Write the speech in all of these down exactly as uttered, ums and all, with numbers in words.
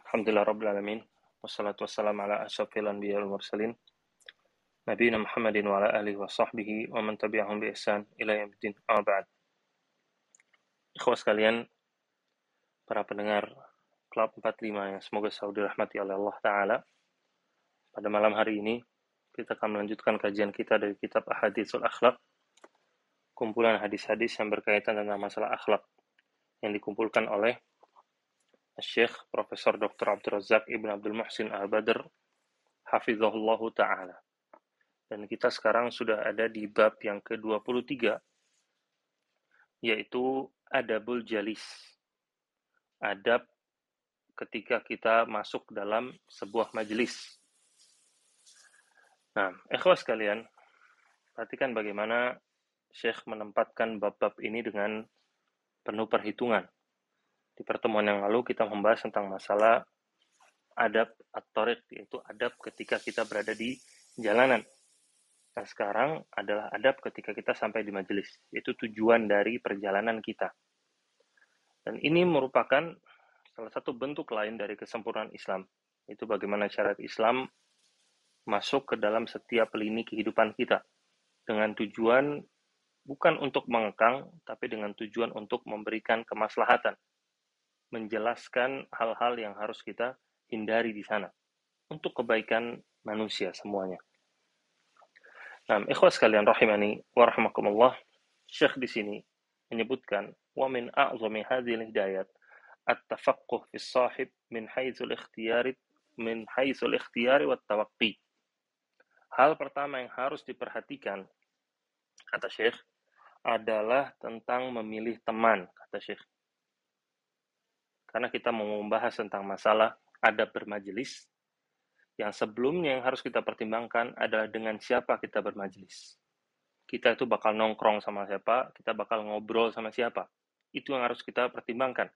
Alhamdulillah Rabbil Alamin. Wassalatu wassalamu ala asyrafil anbiya wal mursalin. Nabiyina Muhammadin wa ala alihi wa sahbihi wa man tabi'ahum bi ihsan ila yaumiddin. Amma ba'd. Ikhwas sekalian, para pendengar Club empat puluh lima yang semoga selalu dirahmati oleh Allah Ta'ala. Pada malam hari ini, kita akan melanjutkan kajian kita dari kitab Ahaditsul Akhlaq, kumpulan hadis-hadis yang berkaitan tentang masalah akhlak yang dikumpulkan oleh Syekh Profesor Doktor Abdul Razak Ibn Abdul Muhsin Al-Badr Hafizahullahu Ta'ala. Dan kita sekarang sudah ada di bab yang ke dua puluh tiga, yaitu adabul jalis. Adab ketika kita masuk dalam sebuah majelis. Nah, ikhwas sekalian, perhatikan bagaimana Syekh menempatkan bab-bab ini dengan penuh perhitungan. Di pertemuan yang lalu kita membahas tentang masalah adab at-tariq, yaitu adab ketika kita berada di jalanan. Nah, sekarang adalah adab ketika kita sampai di majelis, yaitu tujuan dari perjalanan kita. Dan ini merupakan salah satu bentuk lain dari kesempurnaan Islam, yaitu bagaimana syariat Islam masuk ke dalam setiap lini kehidupan kita, dengan tujuan bukan untuk mengekang, tapi dengan tujuan untuk memberikan kemaslahatan, menjelaskan hal-hal yang harus kita hindari di sana, untuk kebaikan manusia semuanya. Nah, ikhwas sekalian rahimani wa rahimakumullah, Syekh di sini menyebutkan wa min a'zami hadhil hidayat at-tafaqquh fi sahib min haitsul ikhtiyari min haitsul ikhtiyari wat tawaqqi. Hal pertama yang harus diperhatikan, kata Syekh, adalah tentang memilih teman, kata Syekh. Karena kita mau membahas tentang masalah adab bermajelis, yang sebelumnya yang harus kita pertimbangkan adalah dengan siapa kita bermajelis. Kita itu bakal nongkrong sama siapa, kita bakal ngobrol sama siapa. Itu yang harus kita pertimbangkan.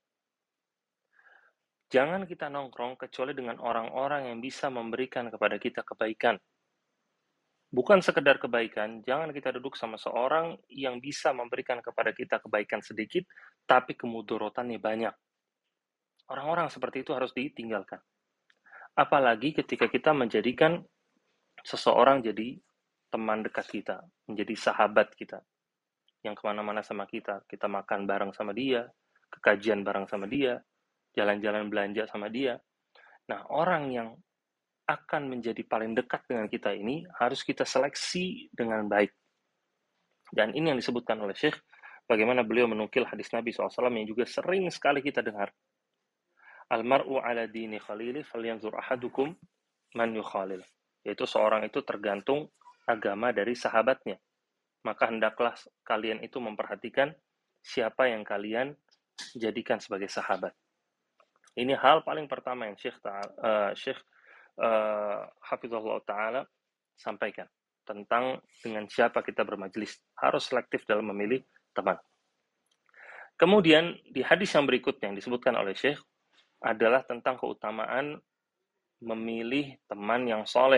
Jangan kita nongkrong kecuali dengan orang-orang yang bisa memberikan kepada kita kebaikan. Bukan sekedar kebaikan, jangan kita duduk sama seorang yang bisa memberikan kepada kita kebaikan sedikit, tapi kemudorotannya banyak. Orang-orang seperti itu harus ditinggalkan. Apalagi ketika kita menjadikan seseorang jadi teman dekat kita, menjadi sahabat kita, yang kemana-mana sama kita, kita makan bareng sama dia, ke kajian bareng sama dia, jalan-jalan belanja sama dia. Nah, orang yang akan menjadi paling dekat dengan kita ini harus kita seleksi dengan baik. Dan ini yang disebutkan oleh Syekh, bagaimana beliau menukil hadis Nabi shallallahu alaihi wasallam yang juga sering sekali kita dengar. Al-mar'u ala dini khalili falyanzur ahadukum man yukhalil. Yaitu seorang itu tergantung agama dari sahabatnya. Maka hendaklah kalian itu memperhatikan siapa yang kalian jadikan sebagai sahabat. Ini hal paling pertama yang Syekh uh, Syekh uh, Hafizahullah Ta'ala sampaikan. Tentang dengan siapa kita bermajelis. Harus selektif dalam memilih teman. Kemudian di hadis yang berikutnya yang disebutkan oleh Syekh adalah tentang keutamaan memilih teman yang soleh.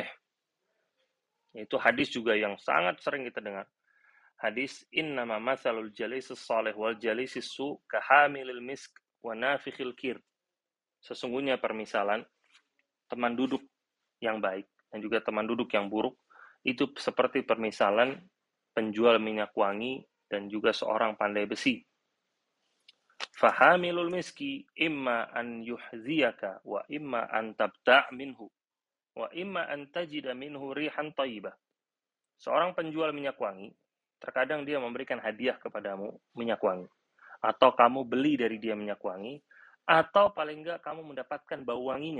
Itu hadis juga yang sangat sering kita dengar. Hadis innama mathalul jalisis soleh wal jalisis su kahamilil misk wa nafikhil kir. Sesungguhnya permisalan teman duduk yang baik dan juga teman duduk yang buruk itu seperti permisalan penjual minyak wangi dan juga seorang pandai besi. Fahamilul miski imma an yuhziyaka wa imma an tabta' minhu wa imma an tajida minhu rihan thayyibah. Seorang penjual minyak wangi terkadang dia memberikan hadiah kepadamu minyak wangi, atau kamu beli dari dia minyak wangi, atau paling enggak kamu mendapatkan bau wanginya.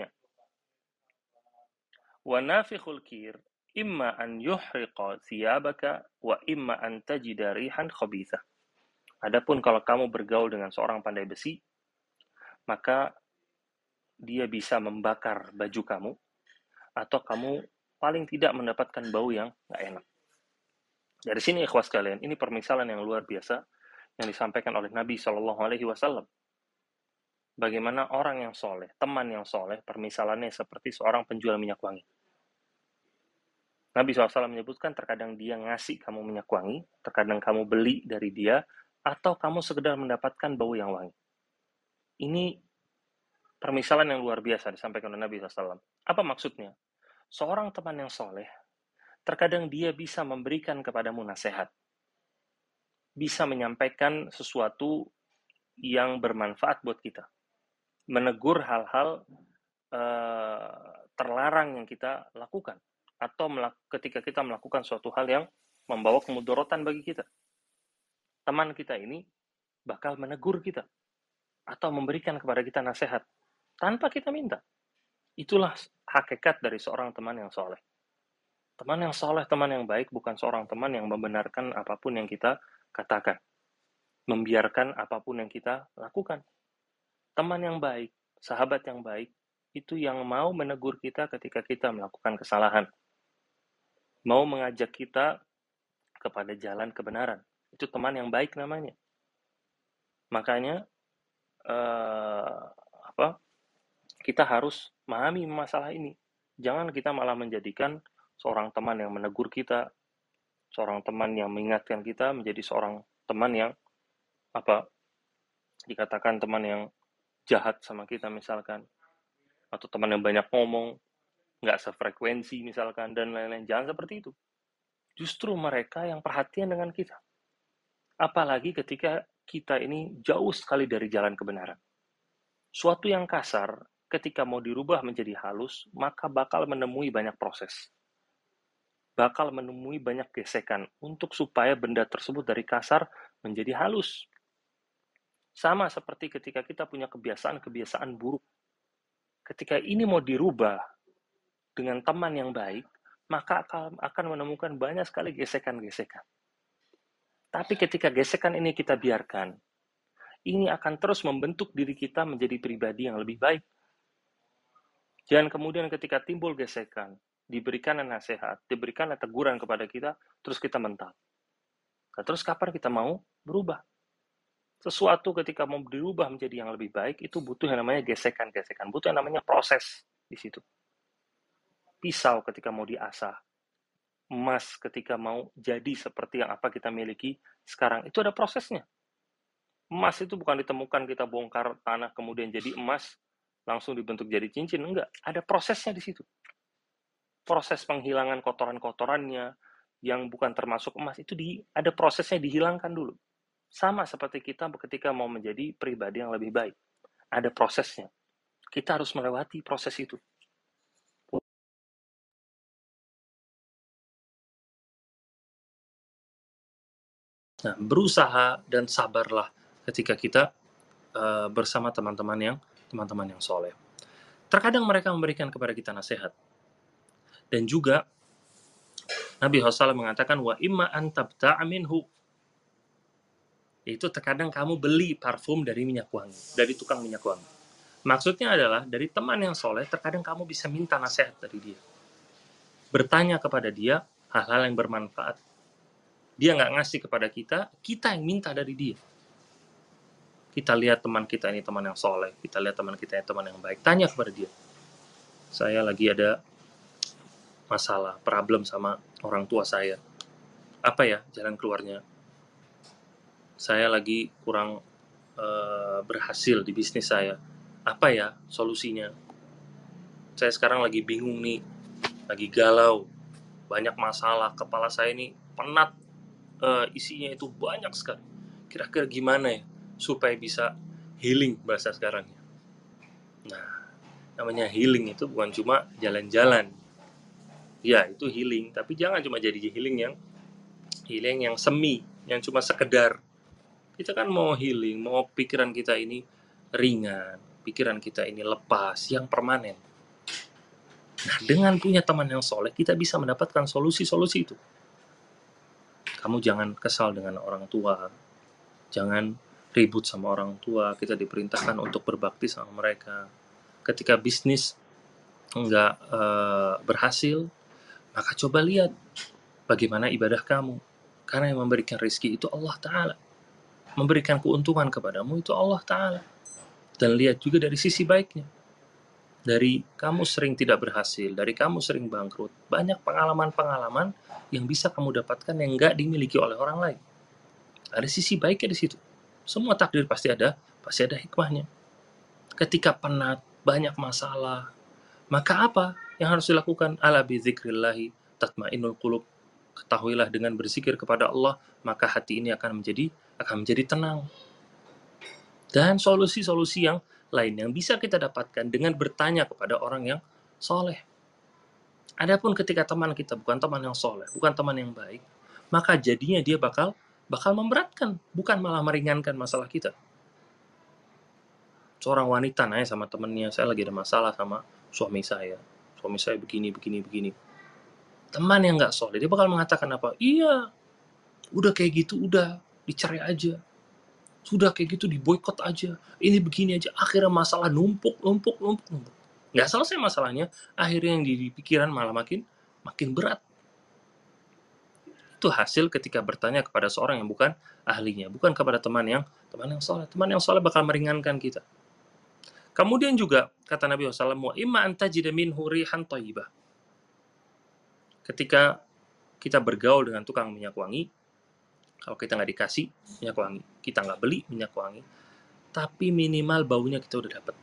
Wa nafikhul kir imma an yuhriqa thiyabaka wa imma an tajida rihan khabithah. Adapun kalau kamu bergaul dengan seorang pandai besi, maka dia bisa membakar baju kamu, atau kamu paling tidak mendapatkan bau yang nggak enak. Dari sini ikhwas kalian, ini permisalan yang luar biasa yang disampaikan oleh Nabi shallallahu alaihi wasallam. Bagaimana orang yang soleh, teman yang soleh, permisalannya seperti seorang penjual minyak wangi. Nabi shallallahu alaihi wasallam menyebutkan terkadang dia ngasih kamu minyak wangi, terkadang kamu beli dari dia, atau kamu sekedar mendapatkan bau yang wangi. Ini Permisalan yang luar biasa disampaikan oleh Nabi shallallahu alaihi wasallam. Apa maksudnya? Seorang teman yang soleh, terkadang dia bisa memberikan kepadamu nasihat, bisa menyampaikan sesuatu yang bermanfaat buat kita, menegur hal-hal uh, terlarang yang kita lakukan, atau ketika kita melakukan suatu hal yang membawa kemudorotan bagi kita. Teman kita ini bakal menegur kita, atau memberikan kepada kita nasihat, tanpa kita minta. Itulah hakikat dari seorang teman yang soleh. Teman yang soleh, teman yang baik, bukan seorang teman yang membenarkan apapun yang kita katakan, membiarkan apapun yang kita lakukan. Teman yang baik, sahabat yang baik, itu yang mau menegur kita ketika kita melakukan kesalahan, mau mengajak kita kepada jalan kebenaran. Itu teman yang baik namanya. Makanya eh, apa? Kita harus memahami masalah ini. Jangan kita malah menjadikan seorang teman yang menegur kita, seorang teman yang mengingatkan kita menjadi seorang teman yang apa? Dikatakan teman yang jahat sama kita misalkan, atau teman yang banyak ngomong, nggak sefrekuensi misalkan, dan lain-lain. Jangan seperti itu. Justru mereka yang perhatian dengan kita. Apalagi ketika kita ini jauh sekali dari jalan kebenaran. Suatu yang kasar, ketika mau dirubah menjadi halus, maka bakal menemui banyak proses. Bakal menemui banyak gesekan untuk supaya benda tersebut dari kasar menjadi halus. Sama seperti ketika kita punya kebiasaan-kebiasaan buruk. Ketika ini mau dirubah dengan teman yang baik, maka akan menemukan banyak sekali gesekan-gesekan. Tapi ketika gesekan ini kita biarkan, ini akan terus membentuk diri kita menjadi pribadi yang lebih baik. Jangan kemudian ketika timbul gesekan, diberikan nasihat, diberikan teguran kepada kita, terus kita mental. Nah, terus kapan kita mau berubah? Sesuatu ketika mau dirubah menjadi yang lebih baik, itu butuh yang namanya gesekan-gesekan, butuh yang namanya proses di situ. Pisau ketika mau diasah, emas ketika mau jadi seperti yang apa kita miliki sekarang, itu ada prosesnya. Emas itu bukan ditemukan kita bongkar tanah kemudian jadi emas, langsung dibentuk jadi cincin, enggak. Ada prosesnya di situ. Proses penghilangan kotoran-kotorannya yang bukan termasuk emas itu di, ada prosesnya dihilangkan dulu. Sama seperti kita ketika mau menjadi pribadi yang lebih baik. Ada prosesnya. Kita harus melewati proses itu. Nah, berusaha dan sabarlah ketika kita uh, bersama teman-teman yang teman-teman yang soleh. Terkadang mereka memberikan kepada kita nasihat. Dan juga Nabi shallallahu alaihi wasallam mengatakan wa imma an tabta'a minhu. Itu terkadang kamu beli parfum dari minyak wangi, dari tukang minyak wangi. Maksudnya adalah dari teman yang soleh, terkadang kamu bisa minta nasihat dari dia. Bertanya kepada dia hal-hal yang bermanfaat. Dia nggak ngasih kepada kita, kita yang minta dari dia. Kita lihat teman kita ini teman yang soleh, kita lihat teman kita ini teman yang baik, tanya kepada dia. Saya lagi ada masalah, problem sama orang tua saya. Apa ya jalan keluarnya? Saya lagi kurang uh, berhasil di bisnis saya. Apa ya solusinya? Saya sekarang lagi bingung nih, lagi galau, banyak masalah, kepala saya ini penat, uh, isinya itu banyak sekali. Kira-kira gimana ya supaya bisa healing bahasa sekarangnya? Nah, namanya healing itu bukan cuma jalan-jalan. Ya, itu healing, tapi jangan cuma jadi healing yang healing yang semi, yang cuma sekedar. Kita kan mau healing, mau pikiran kita ini ringan, pikiran kita ini lepas, yang permanen. Nah, dengan punya teman yang soleh, kita bisa mendapatkan solusi-solusi itu. Kamu jangan kesal dengan orang tua, jangan ribut sama orang tua, kita diperintahkan untuk berbakti sama mereka. Ketika bisnis enggak uh, berhasil, maka coba lihat bagaimana ibadah kamu. Karena yang memberikan rezeki itu Allah Ta'ala. Memberikan keuntungan kepadamu itu Allah Ta'ala. Dan lihat juga dari sisi baiknya. Dari kamu sering tidak berhasil, dari kamu sering bangkrut, banyak pengalaman-pengalaman yang bisa kamu dapatkan yang nggak dimiliki oleh orang lain. Ada sisi baiknya di situ. Semua takdir pasti ada, pasti ada hikmahnya. Ketika penat, banyak masalah. Maka apa yang harus dilakukan? Ala bi dzikrillahi tatmainnul qulub. Ketahuilah dengan berzikir kepada Allah, maka hati ini akan menjadi akan menjadi tenang. Dan solusi-solusi yang lain yang bisa kita dapatkan dengan bertanya kepada orang yang soleh. Adapun ketika teman kita bukan teman yang soleh, bukan teman yang baik, maka jadinya dia bakal bakal memberatkan, bukan malah meringankan masalah kita. Seorang wanita nanya sama temennya, saya lagi ada masalah sama suami saya. Suami saya begini, begini, begini. Teman yang nggak soleh, dia bakal mengatakan apa? Iya, udah kayak gitu, udah dicerai aja. Sudah kayak gitu diboikot aja. Ini begini aja. Akhirnya masalah numpuk, numpuk, numpuk, numpuk. Nggak selesai masalahnya. Akhirnya yang di pikiran malah makin makin berat. Itu hasil ketika bertanya kepada seorang yang bukan ahlinya, bukan kepada teman yang teman yang soleh. Teman yang soleh bakal meringankan kita. Kemudian juga kata Nabi shallallahu alaihi wasallam, wa imma an tajida minhu rihan thayyibah. Ketika kita bergaul dengan tukang minyak wangi, kalau kita nggak dikasih minyak wangi, kita nggak beli minyak wangi, tapi minimal baunya kita udah dapat.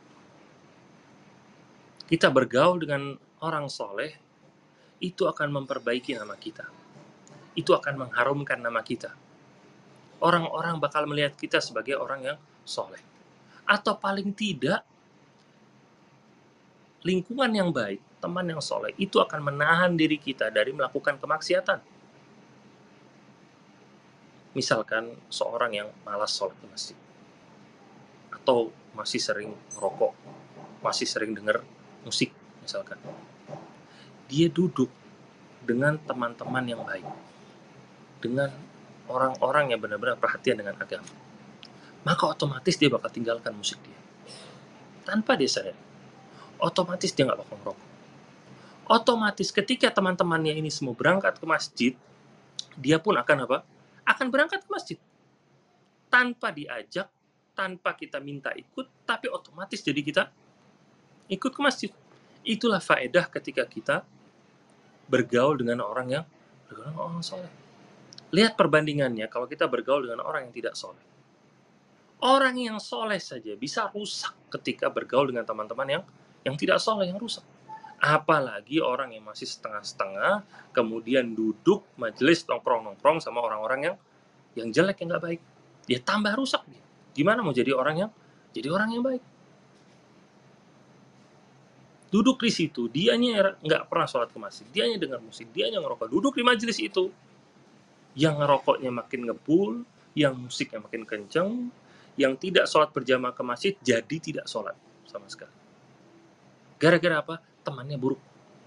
Kita bergaul dengan orang soleh, itu akan memperbaiki nama kita. Itu akan mengharumkan nama kita. Orang-orang bakal melihat kita sebagai orang yang soleh. Atau paling tidak, lingkungan yang baik, teman yang soleh, itu akan menahan diri kita dari melakukan kemaksiatan. Misalkan seorang yang malas sholat di masjid, atau masih sering merokok, masih sering dengar musik misalkan. Dia duduk dengan teman-teman yang baik, dengan orang-orang yang benar-benar perhatian dengan agama, maka otomatis dia bakal tinggalkan musik dia. Tanpa dia sadar, otomatis dia nggak bakal merokok. Otomatis ketika teman-temannya ini semua berangkat ke masjid, dia pun akan apa? Akan berangkat ke masjid. Tanpa diajak, tanpa kita minta ikut, tapi otomatis jadi kita ikut ke masjid. Itulah faedah ketika kita bergaul dengan orang yang bergaul dengan orang soleh. Lihat perbandingannya kalau kita bergaul dengan orang yang tidak soleh. Orang yang soleh saja bisa rusak ketika bergaul dengan teman-teman yang yang tidak soleh, yang rusak. Apalagi orang yang masih setengah-setengah, kemudian duduk majelis nongkrong-nongkrong sama orang-orang yang yang jelek, yang nggak baik. Dia tambah rusak dia. Gimana mau jadi orang yang jadi orang yang baik? Duduk di situ, dianya nggak pernah sholat ke masjid, dianya dengar musik, dianya ngerokok. Duduk di majelis itu, yang ngerokoknya makin ngebul, yang musiknya makin kenceng, yang tidak sholat berjamaah ke masjid jadi tidak sholat sama sekali. Gara-gara apa? Temannya buruk.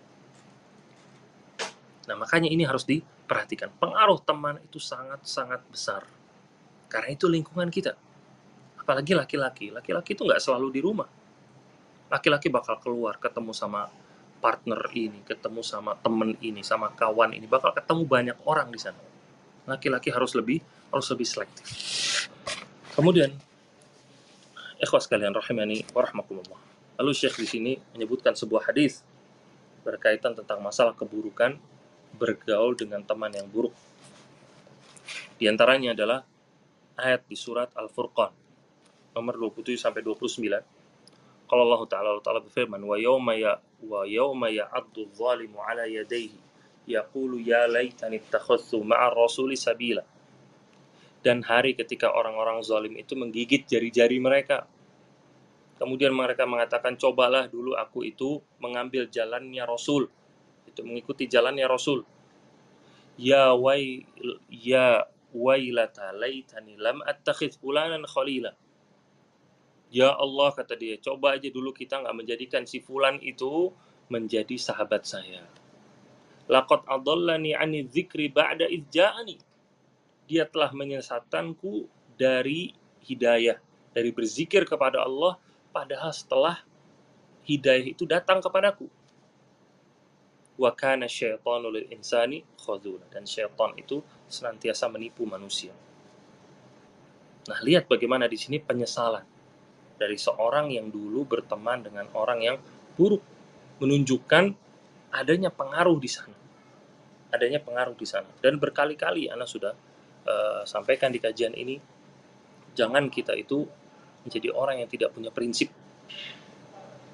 Nah, makanya ini harus diperhatikan. Pengaruh teman itu sangat-sangat besar. Karena itu lingkungan kita. Apalagi laki-laki. Laki-laki itu nggak selalu di rumah. Laki-laki bakal keluar, ketemu sama partner ini, ketemu sama temen ini, sama kawan ini. Bakal ketemu banyak orang di sana. Laki-laki harus lebih harus lebih selektif. Kemudian, ikhwas kalian rahimani wa rahmakumullah. Lalu Syekh di sini menyebutkan sebuah hadis berkaitan tentang masalah keburukan bergaul dengan teman yang buruk. Di antaranya adalah ayat di surat Al-Furqan nomor dua puluh tujuh sampai dua puluh sembilan. Qala Allah Ta'ala Allah Ta'ala berfirman, wa yawma ya wa yawma ya'addu adh-dhalimu 'ala yadayhi yaqulu ya laitani ittakhadhtu ma'a rasuli sabila. Dan hari ketika orang-orang zalim itu menggigit jari-jari mereka. Kemudian mereka mengatakan, cobalah dulu aku itu mengambil jalannya Rasul. Itu mengikuti jalannya Rasul. Ya wai ya wailata laitani lam attakhidh fulanan khalila. Ya Allah, kata dia, coba aja dulu kita nggak menjadikan si fulan itu menjadi sahabat saya. Laqad adallani 'ani dzikri ba'da idz ja'ani. Dia telah menyesatkanku dari hidayah, dari berzikir kepada Allah, padahal setelah hidayah itu datang kepadaku. Wa kana syaitanu lil insani khadzula. Dan syaitan itu senantiasa menipu manusia. Nah, lihat bagaimana di sini penyesalan dari seorang yang dulu berteman dengan orang yang buruk, menunjukkan adanya pengaruh di sana. Adanya pengaruh di sana. Dan berkali-kali Ana sudah uh, sampaikan di kajian ini, jangan kita itu menjadi orang yang tidak punya prinsip.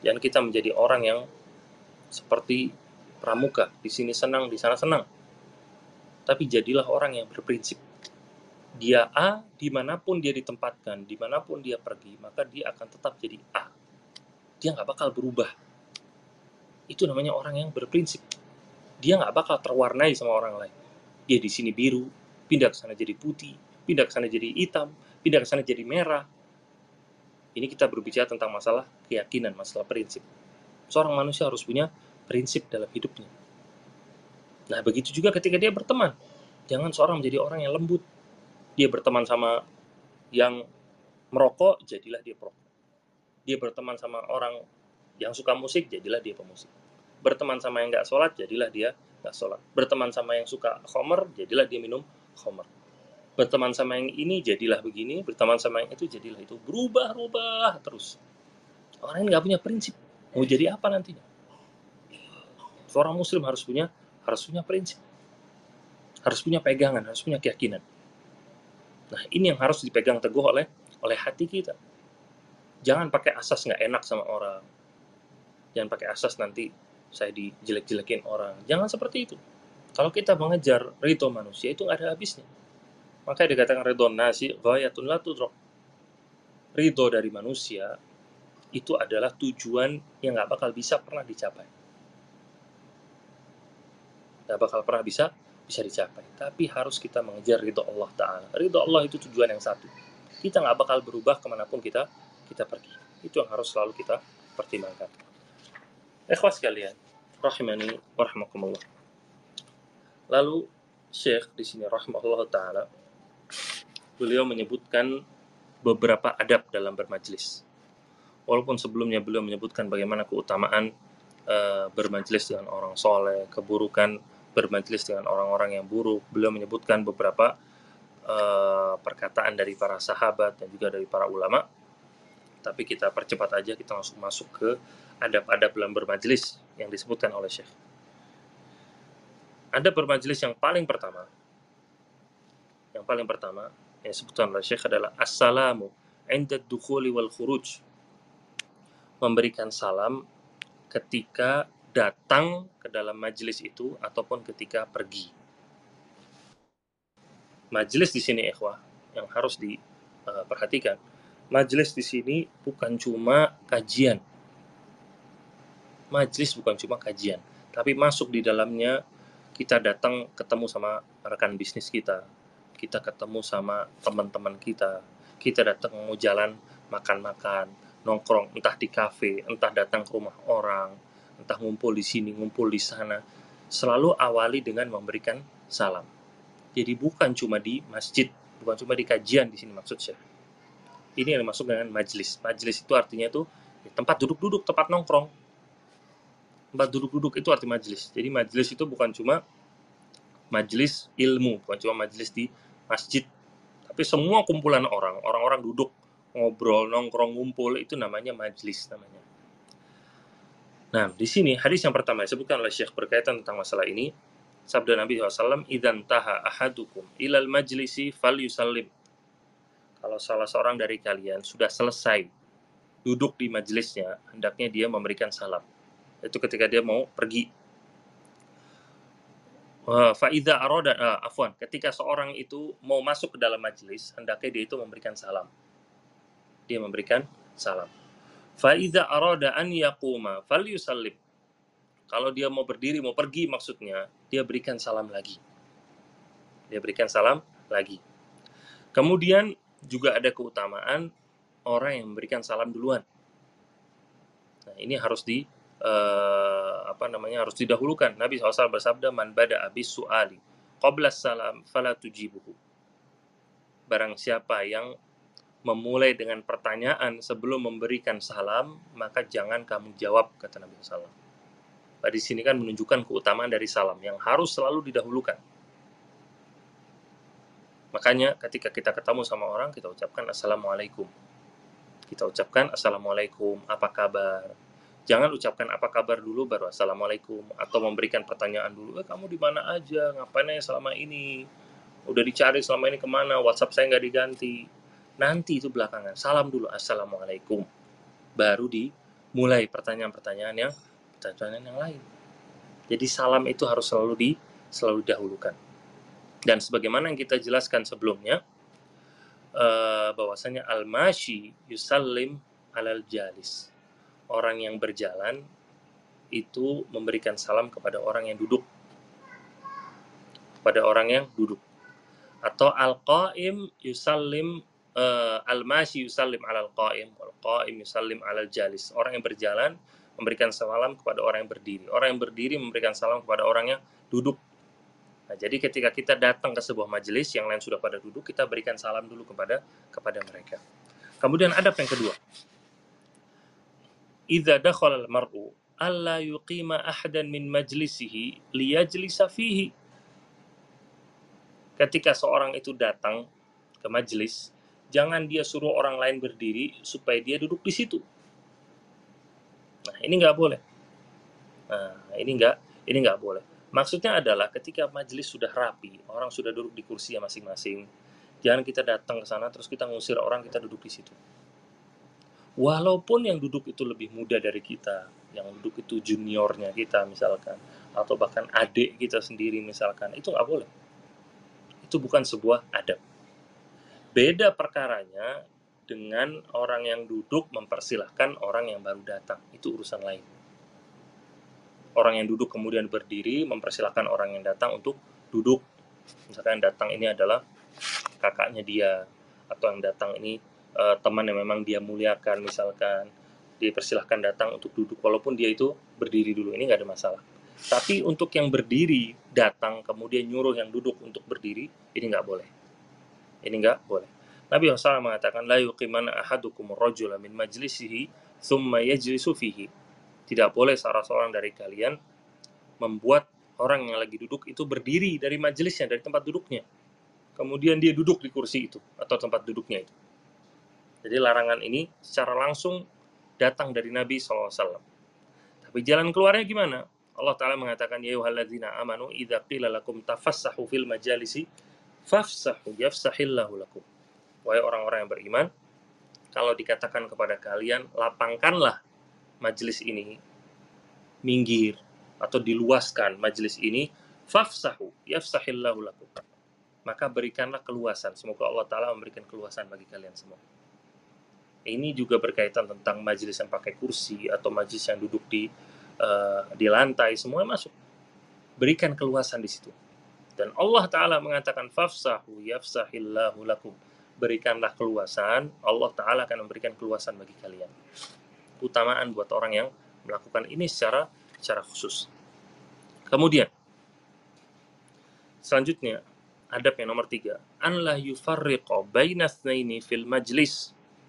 Jangan kita menjadi orang yang seperti pramuka, di sini senang, di sana senang. Tapi jadilah orang yang berprinsip. Dia A, dimanapun dia ditempatkan, dimanapun dia pergi, maka dia akan tetap jadi A. Dia nggak bakal berubah. Itu namanya orang yang berprinsip. Dia nggak bakal terwarnai sama orang lain. Dia di sini biru, pindah ke sana jadi putih, pindah ke sana jadi hitam, pindah ke sana jadi merah. Ini kita berbicara tentang masalah keyakinan, masalah prinsip. Seorang manusia harus punya prinsip dalam hidupnya. Nah, begitu juga ketika dia berteman. Jangan seorang menjadi orang yang lembut. Dia berteman sama yang merokok, jadilah dia perokok. Dia berteman sama orang yang suka musik, jadilah dia pemusik. Berteman sama yang nggak sholat, jadilah dia nggak sholat. Berteman sama yang suka khomer, jadilah dia minum khomer. Berteman sama yang ini, jadilah begini. Berteman sama yang itu, jadilah itu. Berubah-ubah terus. Orang ini nggak punya prinsip. Mau jadi apa nantinya? Seorang muslim harus punya harus punya prinsip. Harus punya pegangan, harus punya keyakinan. Nah, ini yang harus dipegang teguh oleh oleh hati kita. Jangan pakai asas nggak enak sama orang. Jangan pakai asas nanti saya dijelek-jelekin orang. Jangan seperti itu. Kalau kita mengejar ridho manusia, itu nggak ada habisnya. Makanya dikatakan ridho nasi ghayatun la tudrak. Ridho dari manusia itu adalah tujuan yang nggak bakal bisa pernah dicapai. Nggak bakal pernah bisa bisa dicapai. Tapi harus kita mengejar ridho Allah Ta'ala. Ridho Allah itu tujuan yang satu. Kita nggak bakal berubah kemanapun kita kita pergi. Itu yang harus selalu kita pertimbangkan. Ikhwas sekalian, rahimani wa rahmakumullah. Lalu Syekh di sini rahimahullah Ta'ala, beliau menyebutkan beberapa adab dalam bermajlis. Walaupun sebelumnya beliau menyebutkan bagaimana keutamaan uh, bermajlis dengan orang soleh, keburukan bermajlis dengan orang-orang yang buruk. Beliau menyebutkan beberapa uh, perkataan dari para sahabat dan juga dari para ulama. Tapi kita percepat aja, kita langsung masuk ke adab-adab dalam bermajlis yang disebutkan oleh Syekh. Adab bermajlis yang paling pertama, yang paling pertama yang disebutkan oleh Syekh adalah assalamu inda dukhuli wal khuruj. Memberikan salam ketika datang ke dalam majelis itu ataupun ketika pergi. Majelis di sini, ikhwah, yang harus diperhatikan. Majelis di sini bukan cuma kajian. Majelis bukan cuma kajian, tapi masuk di dalamnya kita datang ketemu sama rekan bisnis kita, kita ketemu sama teman-teman kita, kita datang mau jalan makan-makan, nongkrong, entah di kafe, entah datang ke rumah orang, entah ngumpul di sini, ngumpul di sana, selalu awali dengan memberikan salam. Jadi bukan cuma di masjid, bukan cuma di kajian di sini maksud saya. Ini yang dimaksud dengan majelis. Majelis itu artinya tuh tempat duduk-duduk, tempat nongkrong. Tempat duduk-duduk itu arti majelis. Jadi majelis itu bukan cuma majelis ilmu, bukan cuma majelis di masjid, tapi semua kumpulan orang, orang-orang duduk, ngobrol, nongkrong, ngumpul, itu namanya majelis namanya. Nah, di sini hadis yang pertama disebutkan oleh Syekh berkaitan tentang masalah ini. Sabda Nabi shallallahu alaihi wasallam, "Idzan taha ahadukum ilal majlisi falyusallim." Kalau salah seorang dari kalian sudah selesai duduk di majelisnya, hendaknya dia memberikan salam. Itu ketika dia mau pergi. Fa idza arada uh, afwan, ketika seorang itu mau masuk ke dalam majelis, hendaknya dia itu memberikan salam. Dia memberikan salam. Fa idza arada an yaquma falyusallim. Kalau dia mau berdiri, mau pergi maksudnya, dia berikan salam lagi. Dia berikan salam lagi. Kemudian juga ada keutamaan orang yang memberikan salam duluan. Nah, ini harus di uh, apa namanya harus didahulukan. Nabi shallallahu alaihi wasallam bersabda, "Man bada abis su'ali qabla salam fala tujibuhu." Barang siapa yang memulai dengan pertanyaan sebelum memberikan salam, maka jangan kamu jawab, kata Nabi shallallahu alaihi wasallam. Di sini kan menunjukkan keutamaan dari salam yang harus selalu didahulukan. Makanya ketika kita ketemu sama orang, kita ucapkan assalamualaikum. Kita ucapkan assalamualaikum, apa kabar? Jangan ucapkan apa kabar dulu baru assalamualaikum, atau memberikan pertanyaan dulu, eh, kamu di mana aja, ngapain aja selama ini, udah dicari selama ini kemana, WhatsApp saya nggak diganti. Nanti itu belakangan, salam dulu assalamualaikum, baru di mulai pertanyaan-pertanyaan yang pertanyaan yang lain. Jadi salam itu harus selalu di selalu didahulukan. Dan sebagaimana yang kita jelaskan sebelumnya, uh, bahwasanya al-mashi yusallim alal jalis. Orang yang berjalan itu memberikan salam kepada orang yang duduk. Pada orang yang duduk. Atau al-qaim yusallim uh, al-mashi yusallim alal qaim, al-qaim yusallim alal jalis. Orang yang berjalan memberikan salam kepada orang yang berdiri. Orang yang berdiri memberikan salam kepada orang yang duduk. Nah, jadi ketika kita datang ke sebuah majelis yang lain sudah pada duduk, kita berikan salam dulu kepada kepada mereka. Kemudian adab yang kedua. Idza dakhala al-mar'u alla yuqima ahadan min majlisihi liyajlisa fihi. Ketika seorang itu datang ke majelis, jangan dia suruh orang lain berdiri supaya dia duduk di situ. Nah, ini nggak boleh. Nah, ini nggak ini nggak boleh. Maksudnya adalah ketika majelis sudah rapi, orang sudah duduk di kursi masing-masing, jangan kita datang ke sana terus kita ngusir orang, kita duduk di situ. Walaupun yang duduk itu lebih muda dari kita, yang duduk itu juniornya kita misalkan, atau bahkan adik kita sendiri misalkan, itu nggak boleh. Itu bukan sebuah adab. Beda perkaranya dengan orang yang duduk mempersilahkan orang yang baru datang, itu urusan lain. Orang yang duduk kemudian berdiri mempersilahkan orang yang datang untuk duduk. Misalkan yang datang ini adalah kakaknya dia, atau yang datang ini uh, teman yang memang dia muliakan misalkan, dipersilahkan datang untuk duduk walaupun dia itu berdiri dulu, ini nggak ada masalah. Tapi untuk yang berdiri datang kemudian nyuruh yang duduk untuk berdiri, ini nggak boleh. Ini nggak boleh. Nabi shallallahu alaihi wasallam mengatakan la yuqimanna ahadukum rajula min majlisihi thumma yajlisu fihi. Tidak boleh salah seorang dari kalian membuat orang yang lagi duduk itu berdiri dari majelisnya, dari tempat duduknya. Kemudian dia duduk di kursi itu atau tempat duduknya itu. Jadi larangan ini secara langsung datang dari Nabi shallallahu alaihi wasallam. Tapi jalan keluarnya gimana? Allah Ta'ala mengatakan, ya ayyuhalladzina amanu idza qila lakum tafassahu fil majalisi fafsahu yafsahillahu lakum. Wahai orang-orang yang beriman, kalau dikatakan kepada kalian lapangkanlah majelis ini, minggir atau diluaskan majelis ini, fafsahu yafsahillahu lakum, maka berikanlah keluasan. Semoga Allah Ta'ala memberikan keluasan bagi kalian semua. Ini juga berkaitan tentang majelis yang pakai kursi atau majelis yang duduk di uh, di lantai, semua masuk. Berikan keluasan di situ. Dan Allah Ta'ala mengatakan fafsahu yafsahillahu lakum, berikanlah keluasan, Allah Ta'ala akan memberikan keluasan bagi kalian. Utamaan buat orang yang melakukan ini secara secara khusus. Kemudian selanjutnya adab yang nomor tiga, an la yufarriqa baina tsnaini fil majlis.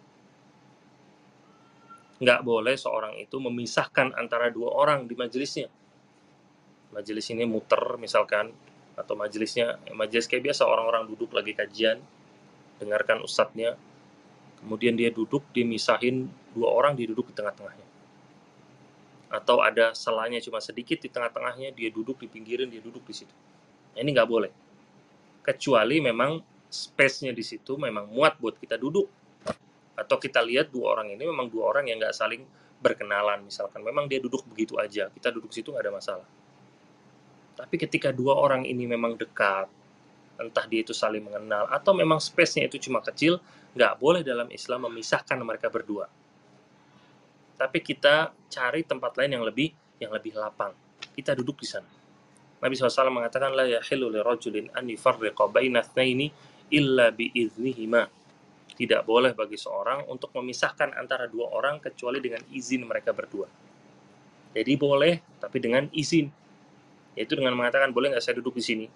Nggak boleh seorang itu memisahkan antara dua orang di majelisnya. Majelis ini muter misalkan, atau majelisnya majelis kayak biasa orang-orang duduk lagi kajian, dengarkan ustadznya, kemudian dia duduk, dia misahin dua orang, dia duduk di tengah-tengahnya. Atau ada selanya cuma sedikit di tengah-tengahnya, dia duduk di pinggiran, dia duduk di situ. Nah, ini nggak boleh. Kecuali memang space-nya di situ memang muat buat kita duduk. Atau kita lihat dua orang ini memang dua orang yang nggak saling berkenalan, misalkan. Memang dia duduk begitu aja, kita duduk situ nggak ada masalah. Tapi ketika dua orang ini memang dekat, entah dia itu saling mengenal, atau memang space-nya itu cuma kecil, nggak boleh dalam Islam memisahkan mereka berdua. Tapi kita cari tempat lain yang lebih yang lebih lapang. Kita duduk di sana. Nabi shallallahu alaihi wasallam mengatakan, la yahillu lirajulin an yufarriqa baina tsnaini illa biiznihima. Tidak boleh bagi seorang untuk memisahkan antara dua orang kecuali dengan izin mereka berdua. Jadi boleh, tapi dengan izin. Yaitu dengan mengatakan, boleh nggak saya duduk di sini?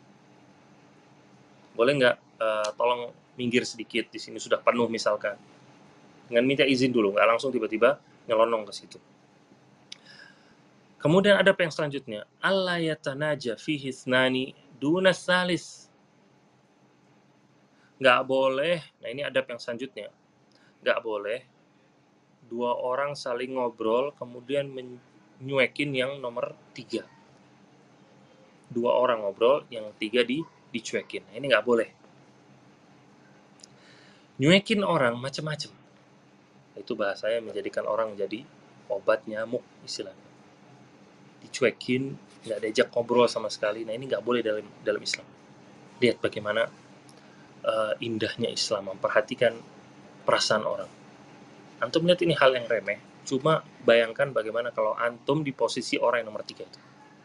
Boleh nggak uh, tolong minggir sedikit, di sini sudah penuh misalkan. Dengan minta izin dulu, nggak langsung tiba-tiba nyelonong ke situ. Kemudian ada yang selanjutnya, alla yatanaja fihi thnani duna tsalis. Nggak boleh, nah ini adab yang selanjutnya, nggak boleh dua orang saling ngobrol kemudian menyuekin yang nomor tiga. Dua orang ngobrol, yang tiga di dicuekin. Nah, ini nggak boleh. Nyuekin orang macam-macam. Itu bahasanya menjadikan orang jadi obat nyamuk istilahnya. Dicuekin, nggak diajak ngobrol sama sekali. Nah ini nggak boleh dalam dalam Islam. Lihat bagaimana uh, indahnya Islam memperhatikan perasaan orang. Antum lihat ini hal yang remeh, cuma bayangkan bagaimana kalau antum di posisi orang yang nomor tiga itu.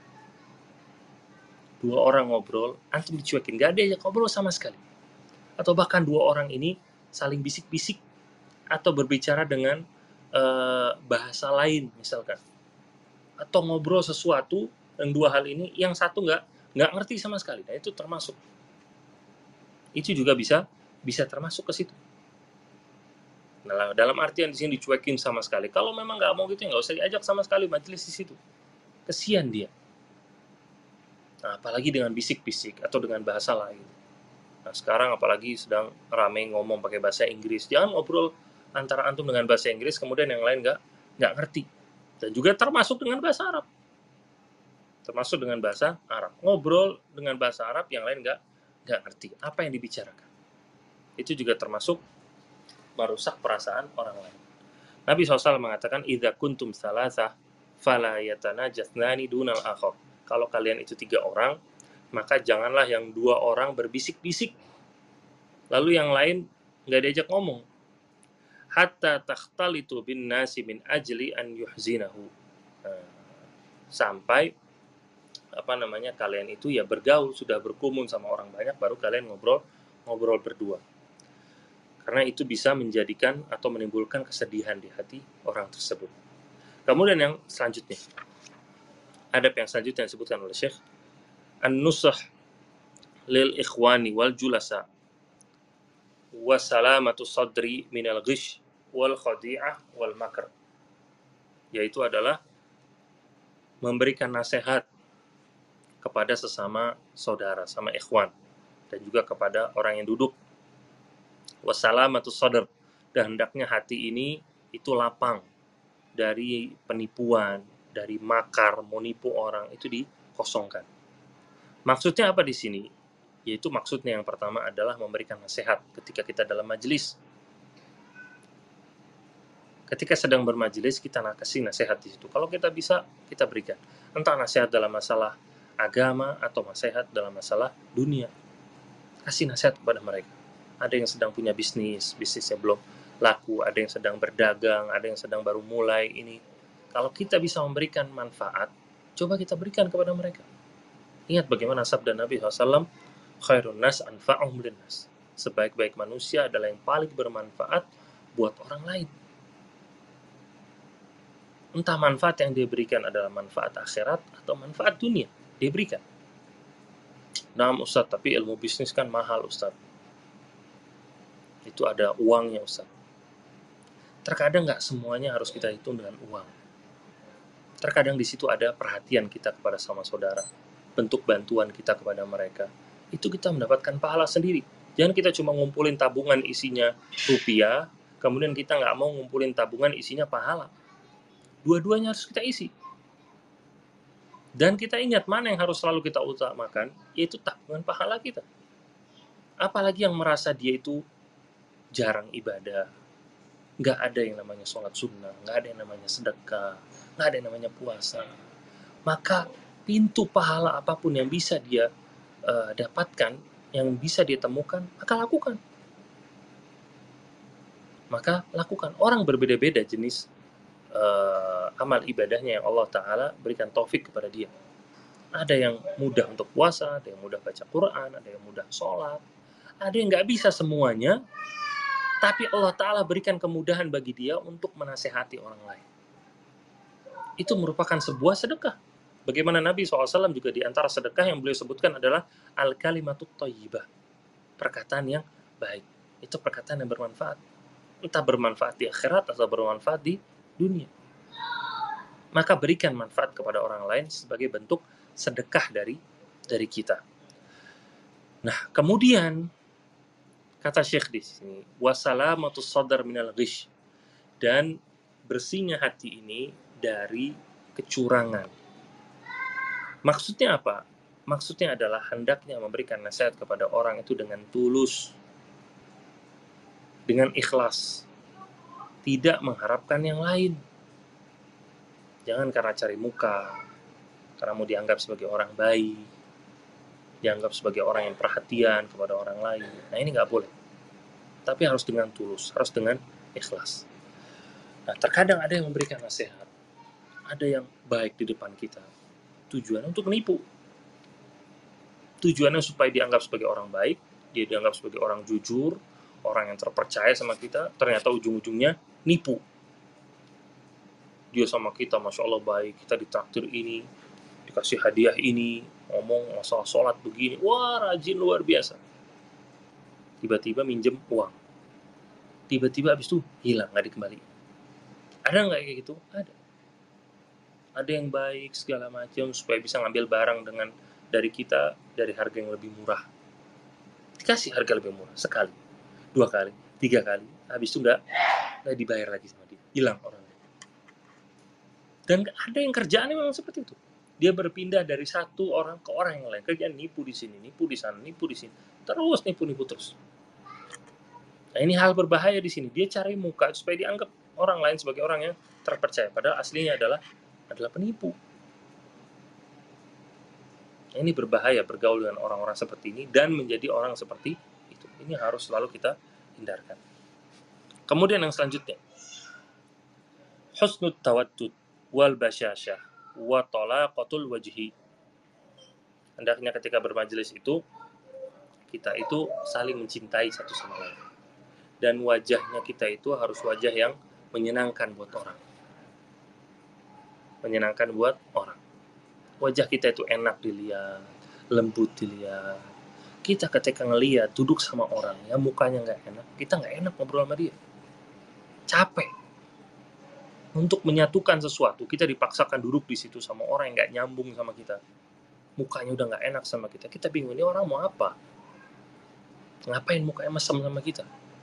Dua orang ngobrol, antum dicuekin, nggak diajak ngobrol sama sekali. Atau bahkan dua orang ini saling bisik-bisik atau berbicara dengan uh, bahasa lain misalkan. Atau ngobrol sesuatu, yang dua hal ini, yang satu nggak nggak ngerti sama sekali. Nah itu termasuk. Itu juga bisa bisa termasuk ke situ. Nah, dalam artian di sini dicuekin sama sekali. Kalau memang nggak mau gitu, ya nggak usah diajak sama sekali majelis di situ. Kesian dia. Nah, apalagi dengan bisik-bisik atau dengan bahasa lain. Nah, sekarang apalagi sedang ramai ngomong pakai bahasa Inggris. Jangan ngobrol antara antum dengan bahasa Inggris, kemudian yang lain nggak nggak ngerti. Dan juga termasuk dengan bahasa Arab. Termasuk dengan bahasa Arab. Ngobrol dengan bahasa Arab, yang lain nggak nggak ngerti apa yang dibicarakan. Itu juga termasuk merusak perasaan orang lain. Nabi shallallahu alaihi wasallam mengatakan, idza kuntum salasah fala yatanajasnani dunal akhar. Kalau kalian itu tiga orang, maka janganlah yang dua orang berbisik-bisik, lalu yang lain nggak diajak ngomong. Hatta takhtalitu bin nasi min ajli an yuhzinahu. Nah, sampai apa namanya kalian itu ya bergaul, sudah berkumpul sama orang banyak, baru kalian ngobrol ngobrol berdua. Karena itu bisa menjadikan atau menimbulkan kesedihan di hati orang tersebut. Kemudian yang selanjutnya, adab yang selanjutnya yang disebutkan oleh Syekh, an-nusah lil ikhwani wal julasa wa salamatu sadri minal ghish wal khadi'ah wal makr. Yaitu adalah memberikan nasihat kepada sesama saudara, sama ikhwan, dan juga kepada orang yang duduk. Wa salamatu sadr, dan hendaknya hati ini itu lapang dari penipuan, dari makar, menipu orang, itu dikosongkan. Maksudnya apa di sini? Yaitu maksudnya yang pertama adalah memberikan nasihat ketika kita dalam majelis. Ketika sedang bermajelis, kita kasih nasihat di situ. Kalau kita bisa, kita berikan. Entah nasihat dalam masalah agama atau nasihat dalam masalah dunia. Kasih nasihat kepada mereka. Ada yang sedang punya bisnis, bisnisnya belum laku, ada yang sedang berdagang, ada yang sedang baru mulai ini. Kalau kita bisa memberikan manfaat, coba kita berikan kepada mereka. Ingat bagaimana sabda Nabi shallallahu alaihi wasallam, khairun nas anfa'uhum linnas. Sebaik-baik manusia adalah yang paling bermanfaat buat orang lain. Entah manfaat yang dia berikan adalah manfaat akhirat atau manfaat dunia, dia berikan. Nah Ustaz, tapi ilmu bisnis kan mahal Ustaz. Itu ada uangnya Ustaz. Terkadang nggak semuanya harus kita hitung dengan uang. Terkadang di situ ada perhatian kita kepada sama saudara, bentuk bantuan kita kepada mereka. Itu kita mendapatkan pahala sendiri. Jangan kita cuma ngumpulin tabungan isinya rupiah, kemudian kita nggak mau ngumpulin tabungan isinya pahala. Dua-duanya harus kita isi. Dan kita ingat mana yang harus selalu kita utamakan, yaitu tabungan pahala kita. Apalagi yang merasa dia itu jarang ibadah, nggak ada yang namanya sholat sunnah, nggak ada yang namanya sedekah, nggak ada yang namanya puasa. Maka pintu pahala apapun yang bisa dia uh, dapatkan, yang bisa dia temukan, maka lakukan. Maka lakukan. Orang berbeda-beda jenis uh, amal ibadahnya yang Allah Ta'ala berikan taufik kepada dia. Ada yang mudah untuk puasa, ada yang mudah baca Quran, ada yang mudah sholat, ada yang nggak bisa semuanya, tapi Allah Ta'ala berikan kemudahan bagi dia untuk menasehati orang lain. Itu merupakan sebuah sedekah. Bagaimana Nabi shallallahu alaihi wasallam juga di antara sedekah yang beliau sebutkan adalah al-kalimatut thayyibah, perkataan yang baik. Itu perkataan yang bermanfaat. Entah bermanfaat di akhirat atau bermanfaat di dunia. Maka berikan manfaat kepada orang lain sebagai bentuk sedekah dari dari kita. Nah, kemudian kata Syekh di sini, wasalamatus sadar minal ghish, dan bersihnya hati ini dari kecurangan. Maksudnya apa? Maksudnya adalah hendaknya memberikan nasihat kepada orang itu dengan tulus, dengan ikhlas, tidak mengharapkan yang lain. Jangan karena cari muka, karena mau dianggap sebagai orang baik, dianggap sebagai orang yang perhatian kepada orang lain. Nah, ini nggak boleh. Tapi harus dengan tulus, harus dengan ikhlas. Nah, terkadang ada yang memberikan nasihat, ada yang baik di depan kita, tujuannya untuk menipu. Tujuannya supaya dianggap sebagai orang baik, dia dianggap sebagai orang jujur, orang yang terpercaya sama kita, ternyata ujung-ujungnya nipu. Dia sama kita, Masya Allah baik, kita ditraktir ini, dikasih hadiah ini, ngomong masalah sholat begini, wah rajin luar biasa. Tiba-tiba minjem uang. Tiba-tiba habis itu hilang, nggak dikembali. Ada nggak kayak gitu? Ada. Ada yang baik segala macam supaya bisa ngambil barang dengan dari kita dari harga yang lebih murah. Dikasih harga lebih murah sekali, dua kali, tiga kali, habis itu nggak nggak dibayar lagi sama dia, hilang orangnya. Dan ada yang kerjaannya memang seperti itu. Dia berpindah dari satu orang ke orang yang lain, kerjaan nipu di sini, nipu di sana, nipu di sini, terus nipu-nipu terus. Nah, ini hal berbahaya di sini. Dia cari muka supaya dianggap orang lain sebagai orang yang terpercaya, padahal aslinya adalah adalah penipu. Nah, ini berbahaya bergaul dengan orang-orang seperti ini dan menjadi orang seperti itu. Ini harus selalu kita hindarkan. Kemudian yang selanjutnya, husnul tawaddud wal basyasyah wa talaqatul wajhi. Hendaknya ketika bermajelis itu kita itu saling mencintai satu sama lain. Dan wajahnya kita itu harus wajah yang menyenangkan buat orang. Menyenangkan buat orang. Wajah kita itu enak dilihat, lembut dilihat. Kita ketika ngelihat duduk sama orang ya mukanya nggak enak, kita nggak enak ngobrol sama dia. Capek. Untuk menyatukan sesuatu, kita dipaksakan duduk di situ sama orang yang nggak nyambung sama kita. Mukanya udah nggak enak sama kita. Kita bingung, ini orang mau apa? Ngapain mukanya mesem sama kita?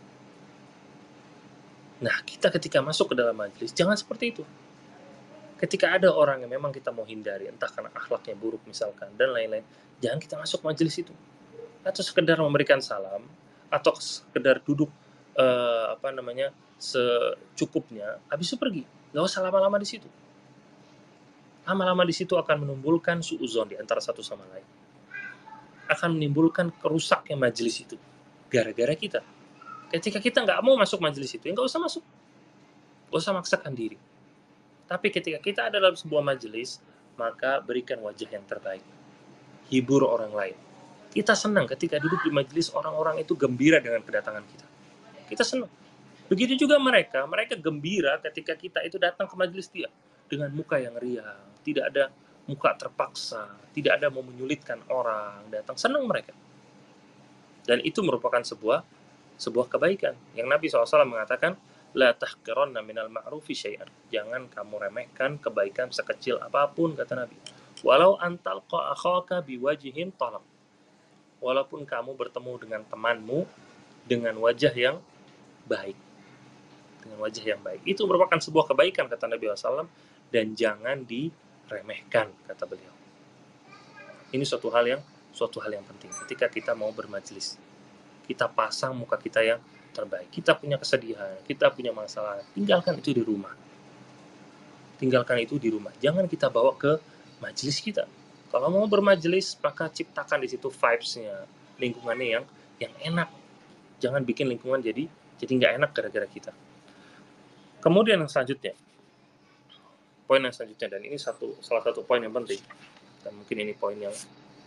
Nah, kita ketika masuk ke dalam majelis, jangan seperti itu. Ketika ada orang yang memang kita mau hindari, entah karena akhlaknya buruk misalkan, dan lain-lain, jangan kita masuk majelis itu. Atau sekedar memberikan salam, atau sekedar duduk, eh, apa namanya, secukupnya, habis itu pergi. Nggak usah lama-lama di situ. Lama-lama di situ akan menimbulkan suuzon di antara satu sama lain. Akan menimbulkan kerusaknya majelis itu. Gara-gara kita. Ketika kita nggak mau masuk majelis itu, ya nggak usah masuk. Nggak usah maksakan diri. Tapi ketika kita ada dalam sebuah majelis, maka berikan wajah yang terbaik. Hibur orang lain. Kita senang ketika duduk di majelis orang-orang itu gembira dengan kedatangan kita. Kita senang. Begitu juga mereka, mereka gembira ketika kita itu datang ke majelis dia dengan muka yang riang, tidak ada muka terpaksa, tidak ada mau menyulitkan orang, datang senang mereka. Dan itu merupakan sebuah sebuah kebaikan. Yang Nabi shallallahu alaihi wasallam mengatakan, la tahqiranna minal ma'rufi syai'an. Jangan kamu remehkan kebaikan sekecil apapun, kata Nabi. Walau antalqa akhaka biwajhin talaq. Walaupun kamu bertemu dengan temanmu dengan wajah yang baik. Dengan wajah yang baik. Itu merupakan sebuah kebaikan, kata Nabi shallallahu alaihi wasallam, dan jangan diremehkan, kata beliau. Ini suatu hal yang suatu hal yang penting ketika kita mau bermajelis. Kita pasang muka kita yang terbaik. Kita punya kesedihan, kita punya masalah, tinggalkan itu di rumah. Tinggalkan itu di rumah. Jangan kita bawa ke majelis kita. Kalau mau bermajelis, maka ciptakan di situ vibes-nya, lingkungannya yang yang enak. Jangan bikin lingkungan jadi jadi nggak enak gara-gara kita. Kemudian yang selanjutnya, poin yang selanjutnya, dan ini satu salah satu poin yang penting, dan mungkin ini poin yang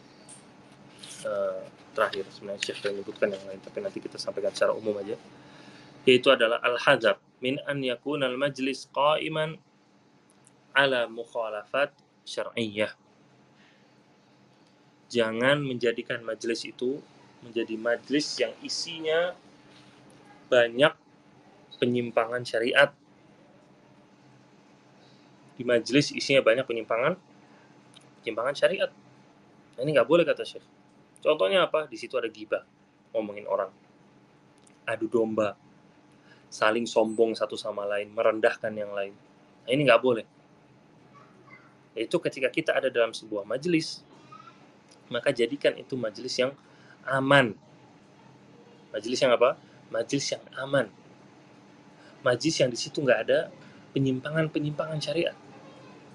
uh, terakhir, sebenarnya Syekh menyebutkan yang lain, tapi nanti kita sampaikan secara umum aja, yaitu adalah al-hadar min an yakuna al-majlis qa'iman ala mukhalafat syar'iyyah. Jangan menjadikan majelis itu menjadi majelis yang isinya banyak penyimpangan syariat. Di majelis isinya banyak penyimpangan penyimpangan syariat. Nah, ini nggak boleh, kata Syekh. Contohnya apa? Di situ ada ghibah, ngomongin orang, adu domba, saling sombong satu sama lain, merendahkan yang lain. Nah, ini nggak boleh. Yaitu ketika kita ada dalam sebuah majelis, maka jadikan itu majelis yang aman. Majelis yang apa? Majelis yang aman. Majelis yang di situ nggak ada penyimpangan-penyimpangan syariat.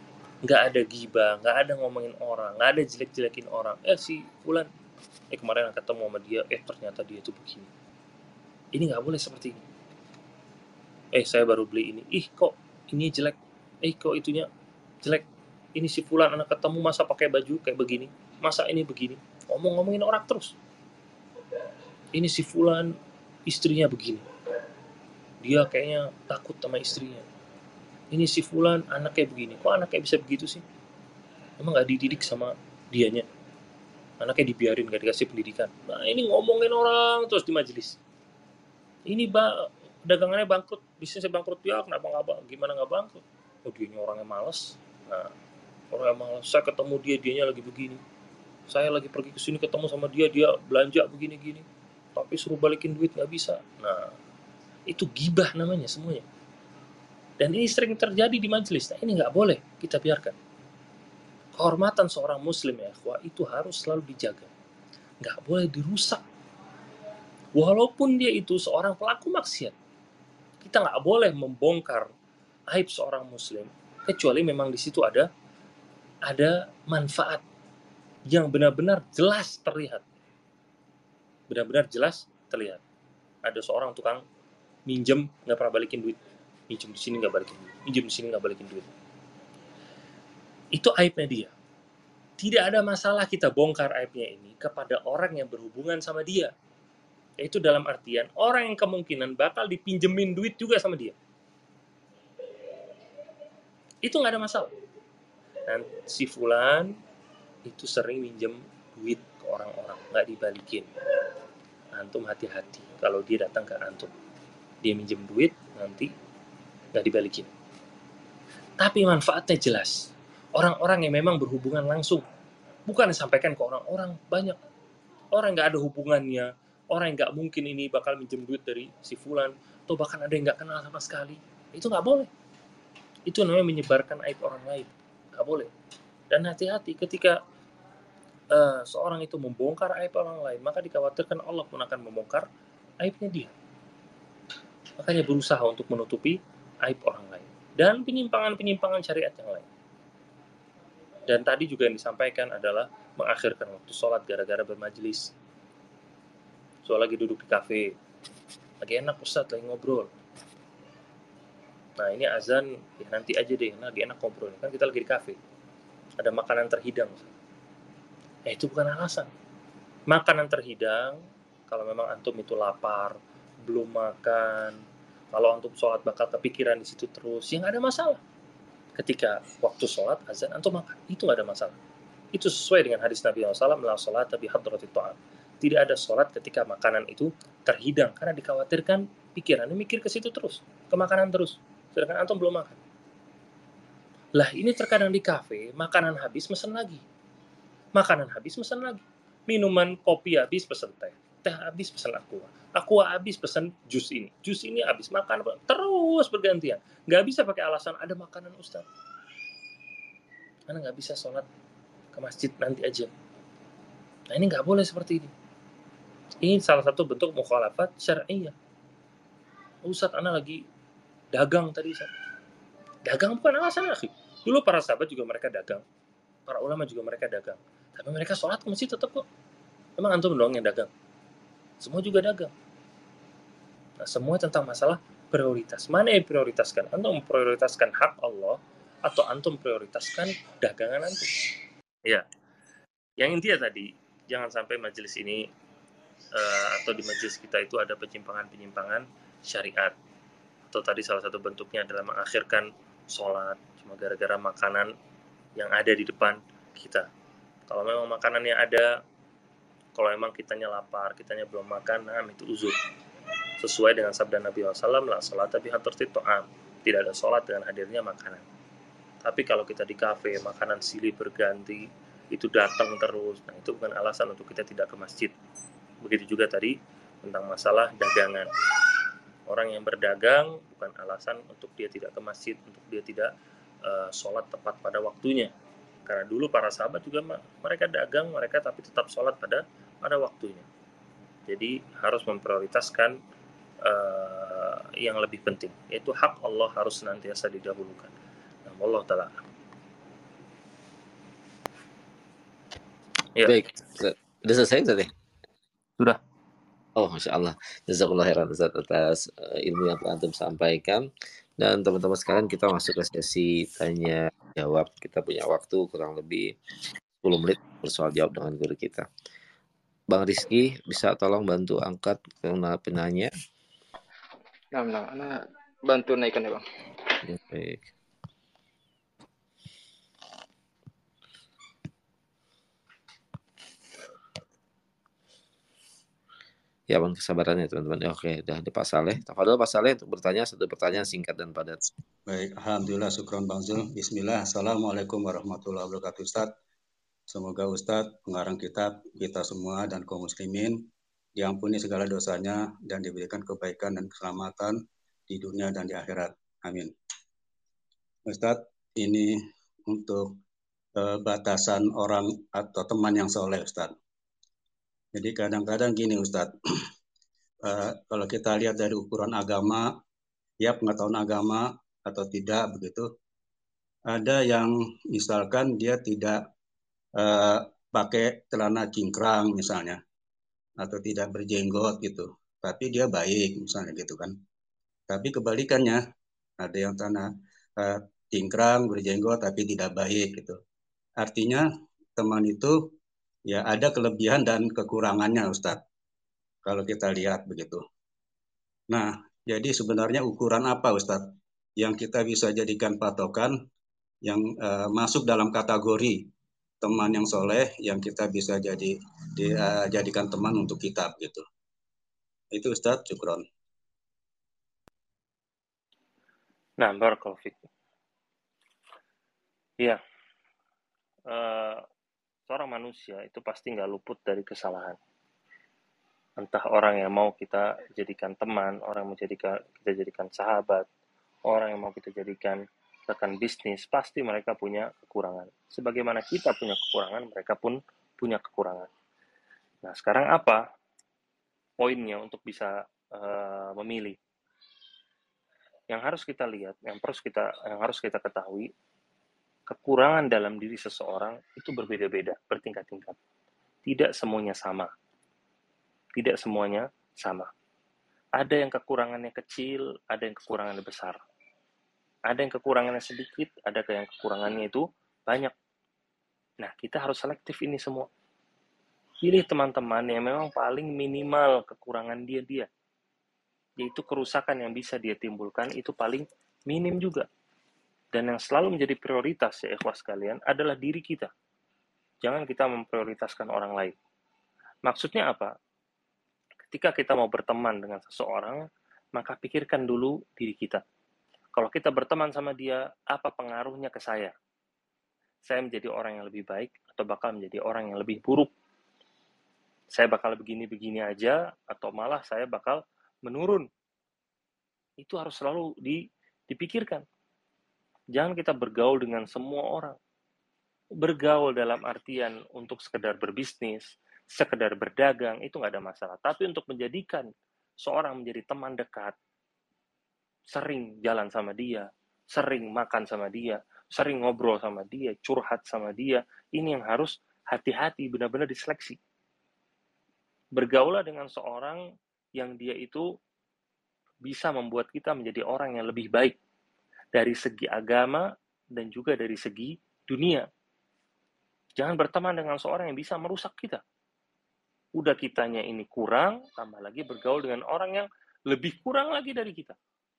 nggak ada ghibah, nggak ada ngomongin orang, nggak ada jelek-jelekin orang. Eh si Fulan, eh kemarin ketemu sama dia, eh ternyata dia itu begini. Ini nggak boleh seperti ini. Eh saya baru beli ini, ih kok ini jelek, eh kok itunya jelek. Ini si Fulan anak ketemu masa pakai baju kayak begini, masa ini begini. Ngomong-ngomongin orang terus. Ini si Fulan istrinya begini, dia kayaknya takut sama istrinya. Ini si Fulan anaknya begini, kok anaknya bisa begitu sih? Emang nggak dididik sama dianya? Anaknya dibiarin, nggak dikasih pendidikan. Nah ini ngomongin orang terus di majelis. Ini ba dagangannya bangkrut, bisnisnya bangkrut, ya kenapa nggak, gimana nggak bangkrut? Oh dianya orangnya malas. Nah orangnya malas, saya ketemu dia, dianya lagi begini. Saya lagi pergi ke sini ketemu sama dia, dia belanja begini-gini. Tapi suruh balikin duit nggak bisa. Nah itu ghibah namanya semuanya. Dan ini sering terjadi di majelis. Nah ini nggak boleh kita biarkan. Kehormatan seorang muslim ya, wah itu harus selalu dijaga. Nggak boleh dirusak. Walaupun dia itu seorang pelaku maksiat. Kita nggak boleh membongkar aib seorang muslim, kecuali memang di situ ada ada manfaat yang benar-benar jelas terlihat. Benar-benar jelas terlihat. Ada seorang tukang minjem nggak pernah balikin duit. Minjem di sini nggak balikin duit. Minjem di sini nggak balikin duit. Itu aibnya dia. Tidak ada masalah kita bongkar aibnya ini kepada orang yang berhubungan sama dia. Itu dalam artian orang yang kemungkinan bakal dipinjemin duit juga sama dia. Itu nggak ada masalah. Dan si Fulan itu sering minjem duit ke orang-orang, nggak dibalikin. Antum hati-hati kalau dia datang ke antum. Dia minjem duit, nanti nggak dibalikin. Tapi manfaatnya jelas. Orang-orang yang memang berhubungan langsung. Bukan disampaikan ke orang-orang banyak. Orang nggak ada hubungannya, orang yang nggak mungkin ini bakal minjem duit dari si Fulan, atau bahkan ada yang nggak kenal sama sekali. Itu nggak boleh. Itu namanya menyebarkan aib orang lain. Nggak boleh. Dan hati-hati ketika uh, seorang itu membongkar aib orang lain, maka dikhawatirkan Allah pun akan membongkar aibnya dia. Makanya berusaha untuk menutupi aib orang lain. Dan penyimpangan-penyimpangan syariat yang lain. Dan tadi juga yang disampaikan adalah mengakhirkan waktu sholat gara-gara bermajelis. So lagi duduk di kafe, lagi enak Ustaz, lagi ngobrol. Nah ini azan, ya nanti aja deh, lagi enak ngobrol. Kan kita lagi di kafe, ada makanan terhidang. Ya itu bukan alasan. Makanan terhidang, kalau memang antum itu lapar, belum makan, kalau antum sholat bakal kepikiran di situ terus, ya nggak ada masalah. Ketika waktu sholat, azan, antum makan, itu nggak ada masalah. Itu sesuai dengan hadis Nabi shallallahu alaihi wasallam, la sholata bi hadratit ta'am. Tidak ada sholat ketika makanan itu terhidang, karena dikhawatirkan pikirannya mikir ke situ terus, ke makanan terus, sedangkan antum belum makan. Lah ini terkadang di kafe, makanan habis mesen lagi, makanan habis mesen lagi, minuman kopi habis pesen teh, teh habis pesen aqua, aqua habis pesen jus ini, jus ini habis, makan terus bergantian. Nggak bisa pakai alasan ada makanan Ustaz, karena nggak bisa sholat ke masjid nanti aja. Nah ini nggak boleh seperti ini. Ini salah satu bentuk mukhalafat syar'iyyah. Ustaz, ana lagi dagang tadi, Ustaz. Dagang bukan alasan, akhi. Dulu para sahabat juga mereka dagang. Para ulama juga mereka dagang. Tapi mereka sholat ke masjid tetap kok. Emang antum doang yang dagang? Semua juga dagang. Nah, semua tentang masalah prioritas. Mana yang prioritaskan? Antum memprioritaskan hak Allah atau antum prioritaskan dagangan antum? Ya. Yang intinya tadi, jangan sampai majelis ini uh, atau di majelis kita itu ada penyimpangan-penyimpangan syariat. Atau tadi salah satu bentuknya adalah mengakhirkan sholat cuma gara-gara makanan yang ada di depan kita. Kalau memang makanannya ada, kalau memang kitanya lapar, kitanya belum makan, nah itu uzur. Sesuai dengan sabda Nabi shallallahu alaihi wasallam, la sholata bi hadratit ta'am. Tidak ada sholat dengan hadirnya makanan. Tapi kalau kita di kafe, makanan silih berganti, itu datang terus, nah itu bukan alasan untuk kita tidak ke masjid. Begitu juga tadi tentang masalah dagangan. Orang yang berdagang bukan alasan untuk dia tidak ke masjid, untuk dia tidak uh, sholat tepat pada waktunya. Karena dulu para sahabat juga mereka dagang, mereka tapi tetap sholat pada pada waktunya. Jadi harus memprioritaskan uh, yang lebih penting, yaitu hak Allah harus senantiasa didahulukan. Nah, Allah Ta'ala. Ya. Baik, sudah selesai Ustaz ya? Sudah. Oh, Masya Allah. Jazakallah khairan Ustaz atas uh, ilmu yang telah Antum sampaikan. Dan teman-teman sekalian kita masuk ke sesi tanya jawab. Kita punya waktu kurang lebih sepuluh menit bersoal jawab dengan guru kita. Bang Rizky, bisa tolong bantu angkat penanya? Nah, nah, nah, bantu naikkan ya Bang. Ya, baik. Ya, bang, kesabarannya teman-teman. Oke, udah ada Pak Saleh. Tafadhol Pak Saleh untuk bertanya satu pertanyaan singkat dan padat. Baik, alhamdulillah, syukron Bang Zul. Bismillah, assalamualaikum warahmatullahi wabarakatuh Ustaz. Semoga Ustaz, pengarang kitab, kita semua dan kaum muslimin diampuni segala dosanya dan diberikan kebaikan dan keselamatan di dunia dan di akhirat. Amin. Ustaz, ini untuk eh, batasan orang atau teman yang soleh Ustaz. Jadi kadang-kadang gini Ustaz, eh, kalau kita lihat dari ukuran agama, ya pengetahuan agama atau tidak begitu, ada yang misalkan dia tidak uh, pakai celana cingkrang misalnya, atau tidak berjenggot gitu, tapi dia baik misalnya gitu kan. Tapi kebalikannya, ada yang tanah uh, cingkrang, berjenggot, tapi tidak baik gitu. Artinya teman itu ya ada kelebihan dan kekurangannya Ustadz, kalau kita lihat begitu. Nah, jadi sebenarnya ukuran apa Ustadz yang kita bisa jadikan patokan yang uh, masuk dalam kategori teman yang soleh yang kita bisa jadi dijadikan teman untuk kita gitu. Itu Ustadz, syukron. Nah, barakallahu fikum. Iya, uh, seorang manusia itu pasti nggak luput dari kesalahan. Entah orang yang mau kita jadikan teman, orang yang mau jadikan, kita jadikan sahabat, orang yang mau kita jadikan rekan bisnis, pasti mereka punya kekurangan. Sebagaimana kita punya kekurangan, mereka pun punya kekurangan. Nah, sekarang apa poinnya untuk bisa uh, memilih? Yang harus kita lihat, yang harus kita yang harus kita ketahui, kekurangan dalam diri seseorang itu berbeda-beda, bertingkat-tingkat. Tidak semuanya sama. Tidak semuanya sama. Ada yang kekurangannya kecil, ada yang kekurangannya besar. Ada yang kekurangannya sedikit, ada yang kekurangannya itu banyak. Nah, kita harus selektif ini semua. Pilih teman-teman yang memang paling minimal kekurangan dia-dia. Yaitu kerusakan yang bisa dia timbulkan itu paling minim juga. Dan yang selalu menjadi prioritas ya ikhwas sekalian adalah diri kita. Jangan kita memprioritaskan orang lain. Maksudnya apa? Ketika kita mau berteman dengan seseorang, maka pikirkan dulu diri kita. Kalau kita berteman sama dia, apa pengaruhnya ke saya? Saya menjadi orang yang lebih baik atau bakal menjadi orang yang lebih buruk? Saya bakal begini-begini aja atau malah saya bakal menurun? Itu harus selalu dipikirkan. Jangan kita bergaul dengan semua orang. Bergaul dalam artian untuk sekedar berbisnis, sekedar berdagang, itu nggak ada masalah. Tapi untuk menjadikan seorang menjadi teman dekat, sering jalan sama dia, sering makan sama dia, sering ngobrol sama dia, curhat sama dia, ini yang harus hati-hati, benar-benar diseleksi. Bergaulah dengan seorang yang dia itu bisa membuat kita menjadi orang yang lebih baik dari segi agama dan juga dari segi dunia. Jangan berteman dengan seorang yang bisa merusak kita. Udah kitanya ini kurang, tambah lagi bergaul dengan orang yang lebih kurang lagi dari kita.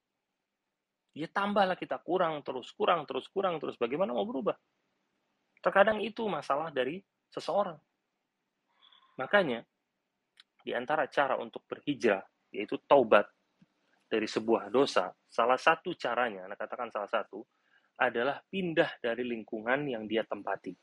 Ya tambahlah kita kurang terus, kurang terus, kurang terus. Bagaimana mau berubah? Terkadang itu masalah dari seseorang. Makanya, di antara cara untuk berhijrah, yaitu taubat dari sebuah dosa, salah satu caranya, nah katakan salah satu, adalah pindah dari lingkungan yang dia tempati.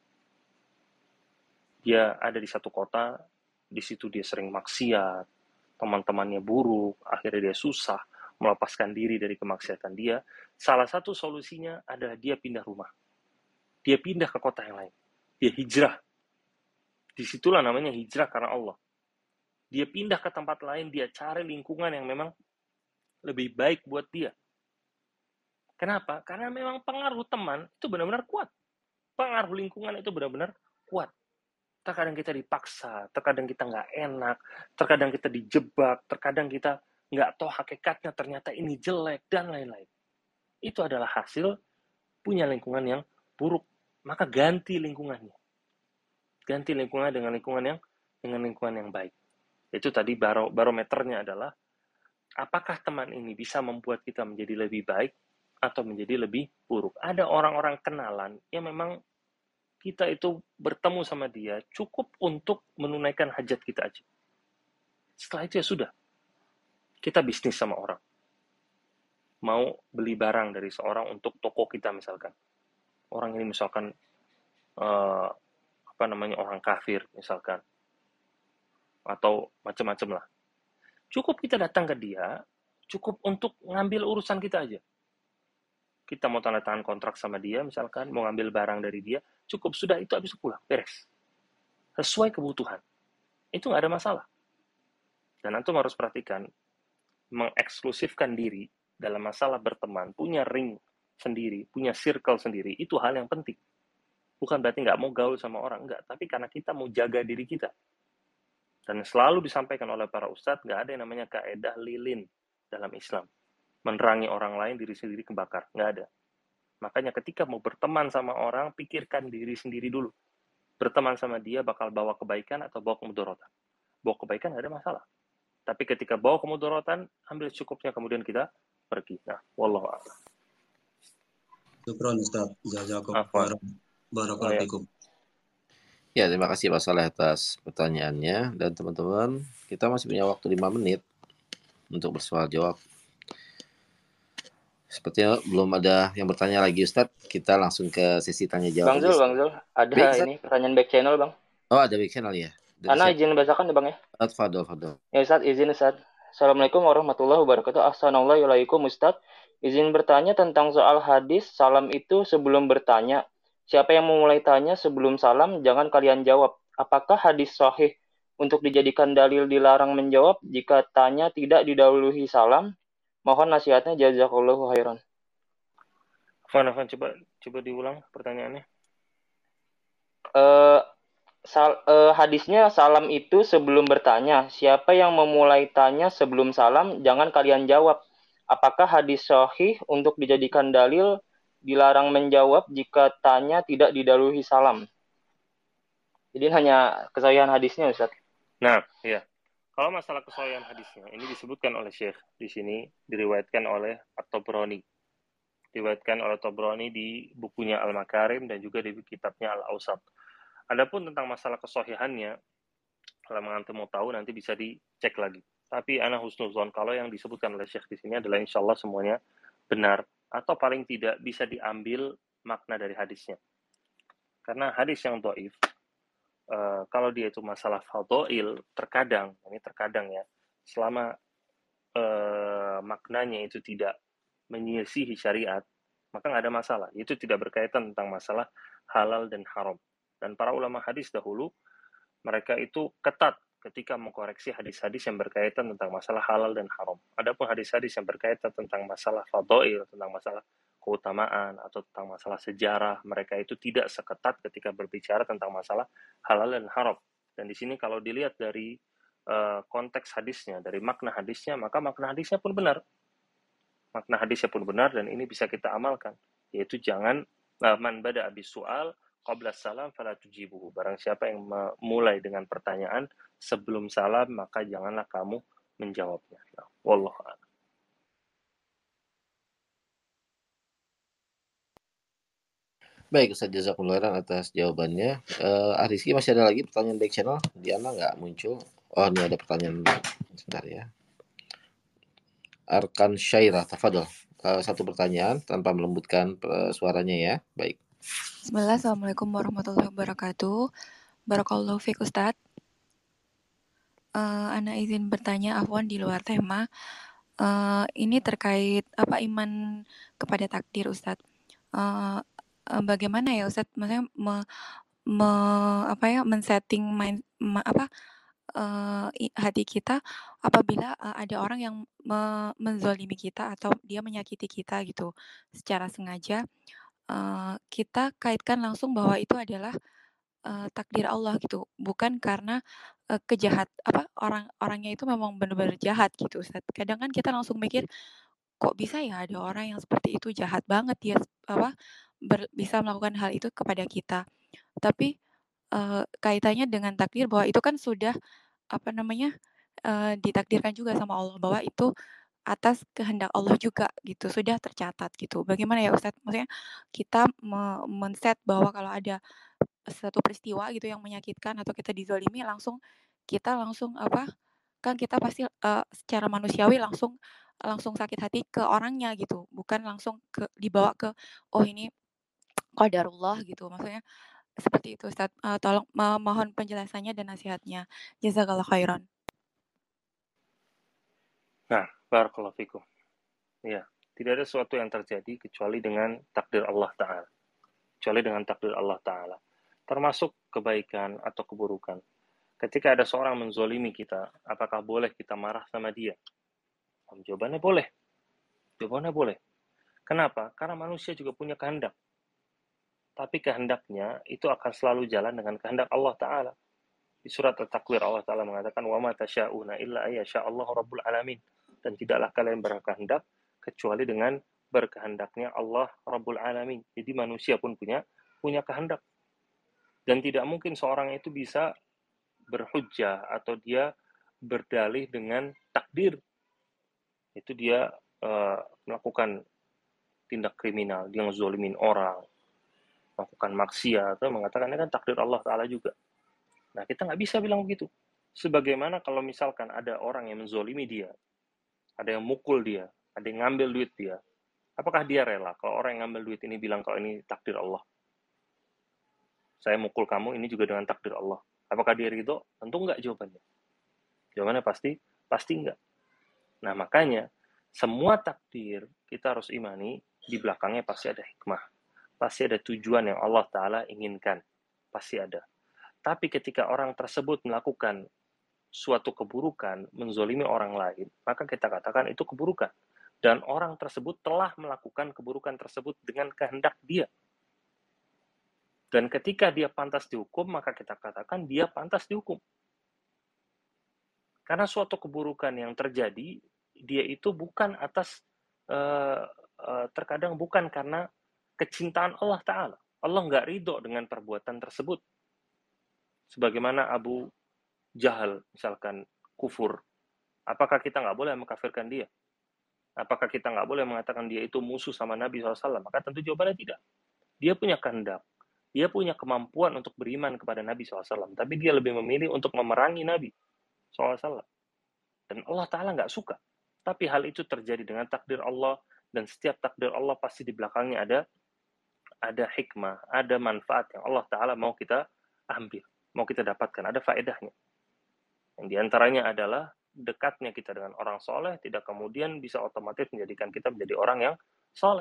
Dia ada di satu kota, di situ dia sering maksiat, teman-temannya buruk, akhirnya dia susah melepaskan diri dari kemaksiatan dia. Salah satu solusinya adalah dia pindah rumah. Dia pindah ke kota yang lain. Dia hijrah. Disitulah namanya hijrah karena Allah. Dia pindah ke tempat lain, dia cari lingkungan yang memang lebih baik buat dia. Kenapa? Karena memang pengaruh teman itu benar-benar kuat. Pengaruh lingkungan itu benar-benar kuat. Terkadang kita dipaksa, terkadang kita nggak enak, terkadang kita dijebak, terkadang kita nggak tahu hakikatnya, ternyata ini jelek, dan lain-lain. Itu adalah hasil punya lingkungan yang buruk. Maka ganti lingkungannya. Ganti lingkungan dengan lingkungan yang dengan lingkungan yang baik. Itu tadi baro, barometernya adalah apakah teman ini bisa membuat kita menjadi lebih baik atau menjadi lebih buruk. Ada orang-orang kenalan yang memang kita itu bertemu sama dia cukup untuk menunaikan hajat kita aja. Setelah itu ya sudah. Kita bisnis sama orang. Mau beli barang dari seorang untuk toko kita misalkan. Orang ini misalkan uh, apa namanya orang kafir misalkan. Atau macam-macam lah. Cukup kita datang ke dia, cukup untuk ngambil urusan kita aja. Kita mau tanda tangan kontrak sama dia misalkan, mau ngambil barang dari dia, cukup sudah itu habis pulang, beres. Sesuai kebutuhan. Itu nggak ada masalah. Dan antum harus perhatikan, mengeksklusifkan diri dalam masalah berteman, punya ring sendiri, punya circle sendiri, itu hal yang penting. Bukan berarti nggak mau gaul sama orang, enggak. Tapi karena kita mau jaga diri kita. Dan selalu disampaikan oleh para ustadz, nggak ada yang namanya kaedah lilin dalam Islam. Menerangi orang lain, diri sendiri kebakar. Nggak ada. Makanya ketika mau berteman sama orang, pikirkan diri sendiri dulu. Berteman sama dia bakal bawa kebaikan atau bawa kemudorotan. Bawa kebaikan nggak ada masalah. Tapi ketika bawa kemudorotan, ambil cukupnya kemudian kita pergi. Nah, wallahu a'lam. Syukron Ustaz. Jazakumullah. Barakallahu fikum. Ya, terima kasih Pak Saleh atas pertanyaannya. Dan teman-teman, kita masih punya waktu lima menit untuk bersoal jawab. Sepertinya belum ada yang bertanya lagi Ustadz. Kita langsung ke sesi tanya jawab. Bang Zul, Bang Zul, ada back, ini pertanyaan back channel Bang. Oh, ada back channel ya. Ana izin bacakan ya Bang ya. Fadol, Fadol. Ya Ustadz, izin Ustadz. Assalamualaikum warahmatullahi wabarakatuh. Assalamualaikum Ustadz. Izin bertanya tentang soal hadis salam itu sebelum bertanya. Siapa yang memulai tanya sebelum salam, jangan kalian jawab. Apakah hadis sahih untuk dijadikan dalil dilarang menjawab jika tanya tidak didahului salam? Mohon nasihatnya, jazakallahu khairan. Afan, Afan, coba coba diulang pertanyaannya. Uh, sal, uh, hadisnya salam itu sebelum bertanya. Siapa yang memulai tanya sebelum salam, jangan kalian jawab. Apakah hadis sahih untuk dijadikan dalil dilarang menjawab jika tanya tidak didahului salam? Jadi hanya kesahihan hadisnya, Ustaz. Nah, iya. Kalau masalah kesahihan hadisnya, ini disebutkan oleh Syekh di sini, diriwayatkan oleh At-Tabrani. Diriwayatkan oleh Tabrani di bukunya Al-Makarim dan juga di kitabnya Al-Awsat. Adapun tentang masalah kesahihannya, kalau antum mau tahu nanti bisa dicek lagi. Tapi ana husnuzon, kalau yang disebutkan oleh Syekh di sini adalah insya Allah semuanya benar, atau paling tidak bisa diambil makna dari hadisnya. Karena hadis yang dhaif, uh, kalau dia itu masalah fadhail, terkadang, ini terkadang ya, selama uh, maknanya itu tidak menyelisihi syariat, maka nggak ada masalah. Itu tidak berkaitan tentang masalah halal dan haram. Dan para ulama hadis dahulu, mereka itu ketat ketika mengkoreksi hadis-hadis yang berkaitan tentang masalah halal dan haram. Adapun hadis-hadis yang berkaitan tentang masalah fadhail, tentang masalah keutamaan, atau tentang masalah sejarah, mereka itu tidak seketat ketika berbicara tentang masalah halal dan haram. Dan di sini kalau dilihat dari uh, konteks hadisnya, dari makna hadisnya, maka makna hadisnya pun benar. Makna hadisnya pun benar, dan ini bisa kita amalkan. Yaitu jangan, uh, man bada abis soal, qabla salam fala tujibuhu. Barang siapa yang memulai dengan pertanyaan sebelum salam, maka janganlah kamu menjawabnya. Nah, wallahu a'lam. Baik, Ustaz, jazakumullah khairan atas jawabannya. Uh, Rizky, masih ada lagi pertanyaan back channel? Diana nggak muncul. Oh, ini ada pertanyaan. Sebentar ya. Arkan Syairah, tafadhol. Uh, satu pertanyaan tanpa melembutkan uh, suaranya ya. Baik. Bismillah, Assalamualaikum warahmatullahi wabarakatuh. Barakallahu fiik Ustadz. Uh, Ana izin bertanya, afwan di luar tema. Uh, ini terkait apa iman kepada takdir Ustadz. Uh, uh, bagaimana ya Ustadz? Maksudnya me, me, apa ya, men-setting mind, ma, apa uh, hati kita apabila uh, ada orang yang me, menzolimi kita atau dia menyakiti kita gitu secara sengaja. Uh, kita kaitkan langsung bahwa itu adalah uh, takdir Allah gitu, bukan karena uh, kejahat apa orang orangnya itu memang benar-benar jahat gitu Ustaz. Kadang kan kita langsung mikir kok bisa ya ada orang yang seperti itu jahat banget dia apa ber, bisa melakukan hal itu kepada kita. Tapi uh, kaitannya dengan takdir bahwa itu kan sudah apa namanya uh, ditakdirkan juga sama Allah bahwa itu atas kehendak Allah juga gitu sudah tercatat gitu. Bagaimana ya Ustadz? Maksudnya kita men-set bahwa kalau ada satu peristiwa gitu yang menyakitkan atau kita dizolimi langsung kita langsung apa kan kita pasti uh, secara manusiawi langsung langsung sakit hati ke orangnya gitu bukan langsung ke dibawa ke oh ini qadarullah gitu maksudnya seperti itu Ustaz. Uh, tolong uh, mohon penjelasannya dan nasihatnya. Jazakallah khairan. Nah, barakallahu fikum. Ya, tidak ada sesuatu yang terjadi kecuali dengan takdir Allah Ta'ala. Kecuali dengan takdir Allah Ta'ala. Termasuk kebaikan atau keburukan. Ketika ada seorang menzolimi kita, apakah boleh kita marah sama dia? Jawabannya boleh. Jawabannya boleh. Kenapa? Karena manusia juga punya kehendak. Tapi kehendaknya itu akan selalu jalan dengan kehendak Allah Ta'ala. Di surat At-Takwir Allah Ta'ala mengatakan wa ma tasya'una illa ayyasha'allahu rabbul alamin. Dan tidaklah kalian berkehendak kecuali dengan berkehendaknya Allah Rabbul Alamin. Jadi manusia pun punya punya kehendak. Dan tidak mungkin seorang itu bisa berhujjah atau dia berdalih dengan takdir. Itu dia uh, melakukan tindak kriminal, dia ngezolimin orang, melakukan maksiat, atau mengatakan ini kan takdir Allah Ta'ala juga. Nah, kita nggak bisa bilang begitu. Sebagaimana kalau misalkan ada orang yang menzolimi dia, ada yang mukul dia, ada yang ngambil duit dia, apakah dia rela kalau orang yang ngambil duit ini bilang kalau ini takdir Allah? Saya mukul kamu, ini juga dengan takdir Allah. Apakah dia ridho? Tentu enggak jawabannya. Jawabannya pasti, pasti enggak. Nah, makanya semua takdir kita harus imani, di belakangnya pasti ada hikmah. Pasti ada tujuan yang Allah Ta'ala inginkan. Pasti ada. Tapi ketika orang tersebut melakukan suatu keburukan, menzolimi orang lain, maka kita katakan itu keburukan. Dan orang tersebut telah melakukan keburukan tersebut dengan kehendak dia. Dan ketika dia pantas dihukum, maka kita katakan dia pantas dihukum. Karena suatu keburukan yang terjadi, dia itu bukan atas, uh, uh, terkadang bukan karena kecintaan Allah Ta'ala. Allah nggak ridho dengan perbuatan tersebut. Sebagaimana Abu Jahal, misalkan kufur, apakah kita nggak boleh mengkafirkan dia? Apakah kita nggak boleh mengatakan dia itu musuh sama Nabi shallallahu alaihi wasallam? Maka tentu jawabannya tidak. Dia punya kehendak, dia punya kemampuan untuk beriman kepada Nabi shallallahu alaihi wasallam, tapi dia lebih memilih untuk memerangi Nabi shallallahu alaihi wasallam. Dan Allah Ta'ala nggak suka. Tapi hal itu terjadi dengan takdir Allah, dan setiap takdir Allah pasti di belakangnya ada ada hikmah, ada manfaat yang Allah Ta'ala mau kita ambil, mau kita dapatkan, ada faedahnya. Yang diantaranya adalah dekatnya kita dengan orang soleh tidak kemudian bisa otomatis menjadikan kita menjadi orang yang soleh.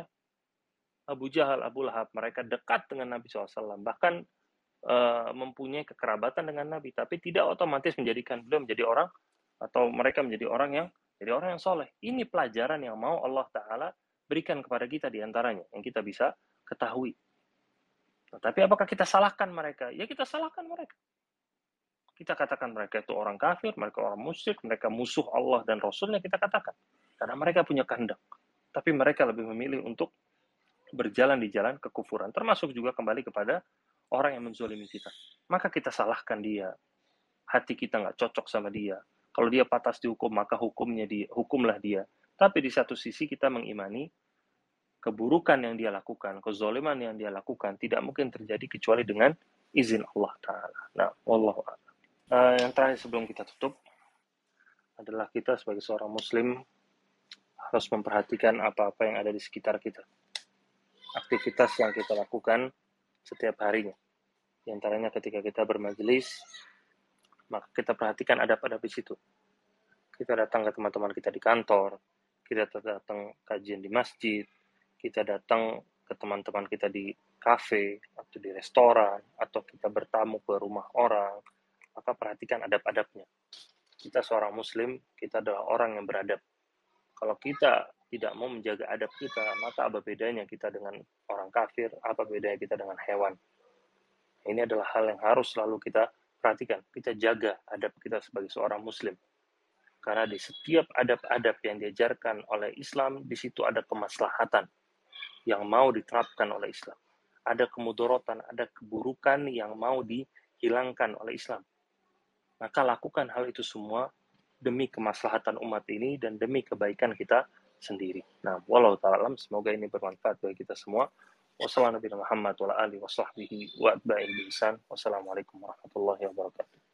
Abu Jahal, Abu Lahab, mereka dekat dengan Nabi shallallahu alaihi wasallam, bahkan uh, mempunyai kekerabatan dengan Nabi, tapi tidak otomatis menjadikan beliau menjadi orang atau mereka menjadi orang yang jadi orang yang soleh. Ini pelajaran yang mau Allah Ta'ala berikan kepada kita diantaranya, yang kita bisa ketahui. Nah, tapi apakah kita salahkan mereka? Ya kita salahkan mereka. Kita katakan mereka itu orang kafir, mereka orang musyrik, mereka musuh Allah dan Rasulnya, kita katakan. Karena mereka punya kehendak. Tapi mereka lebih memilih untuk berjalan di jalan kekufuran. Termasuk juga kembali kepada orang yang menzolimi kita. Maka kita salahkan dia. Hati kita nggak cocok sama dia. Kalau dia pantas dihukum, maka hukumnya dia, hukumlah dia. Tapi di satu sisi kita mengimani keburukan yang dia lakukan, kezoliman yang dia lakukan, tidak mungkin terjadi kecuali dengan izin Allah Ta'ala. Nah, wallahu a'lam. Uh, yang terakhir sebelum kita tutup adalah kita sebagai seorang muslim harus memperhatikan apa-apa yang ada di sekitar kita. Aktivitas yang kita lakukan setiap harinya. Di antaranya ketika kita bermajelis, maka kita perhatikan adab-adab di situ. Kita datang ke teman-teman kita di kantor, kita datang kajian di masjid, kita datang ke teman-teman kita di kafe atau di restoran, atau kita bertamu ke rumah orang, maka perhatikan adab-adabnya. Kita seorang muslim, kita adalah orang yang beradab. Kalau kita tidak mau menjaga adab kita, maka apa bedanya kita dengan orang kafir, apa bedanya kita dengan hewan. Ini adalah hal yang harus selalu kita perhatikan, kita jaga adab kita sebagai seorang muslim. Karena di setiap adab-adab yang diajarkan oleh Islam, di situ ada kemaslahatan yang mau diterapkan oleh Islam. Ada kemudorotan, ada keburukan yang mau dihilangkan oleh Islam. Maka lakukan hal itu semua demi kemaslahatan umat ini dan demi kebaikan kita sendiri. Nah, wallahu ta'ala alam, semoga ini bermanfaat bagi kita semua. Wassalamualaikum warahmatullahi wabarakatuh. Wassalamualaikum warahmatullahi wabarakatuh.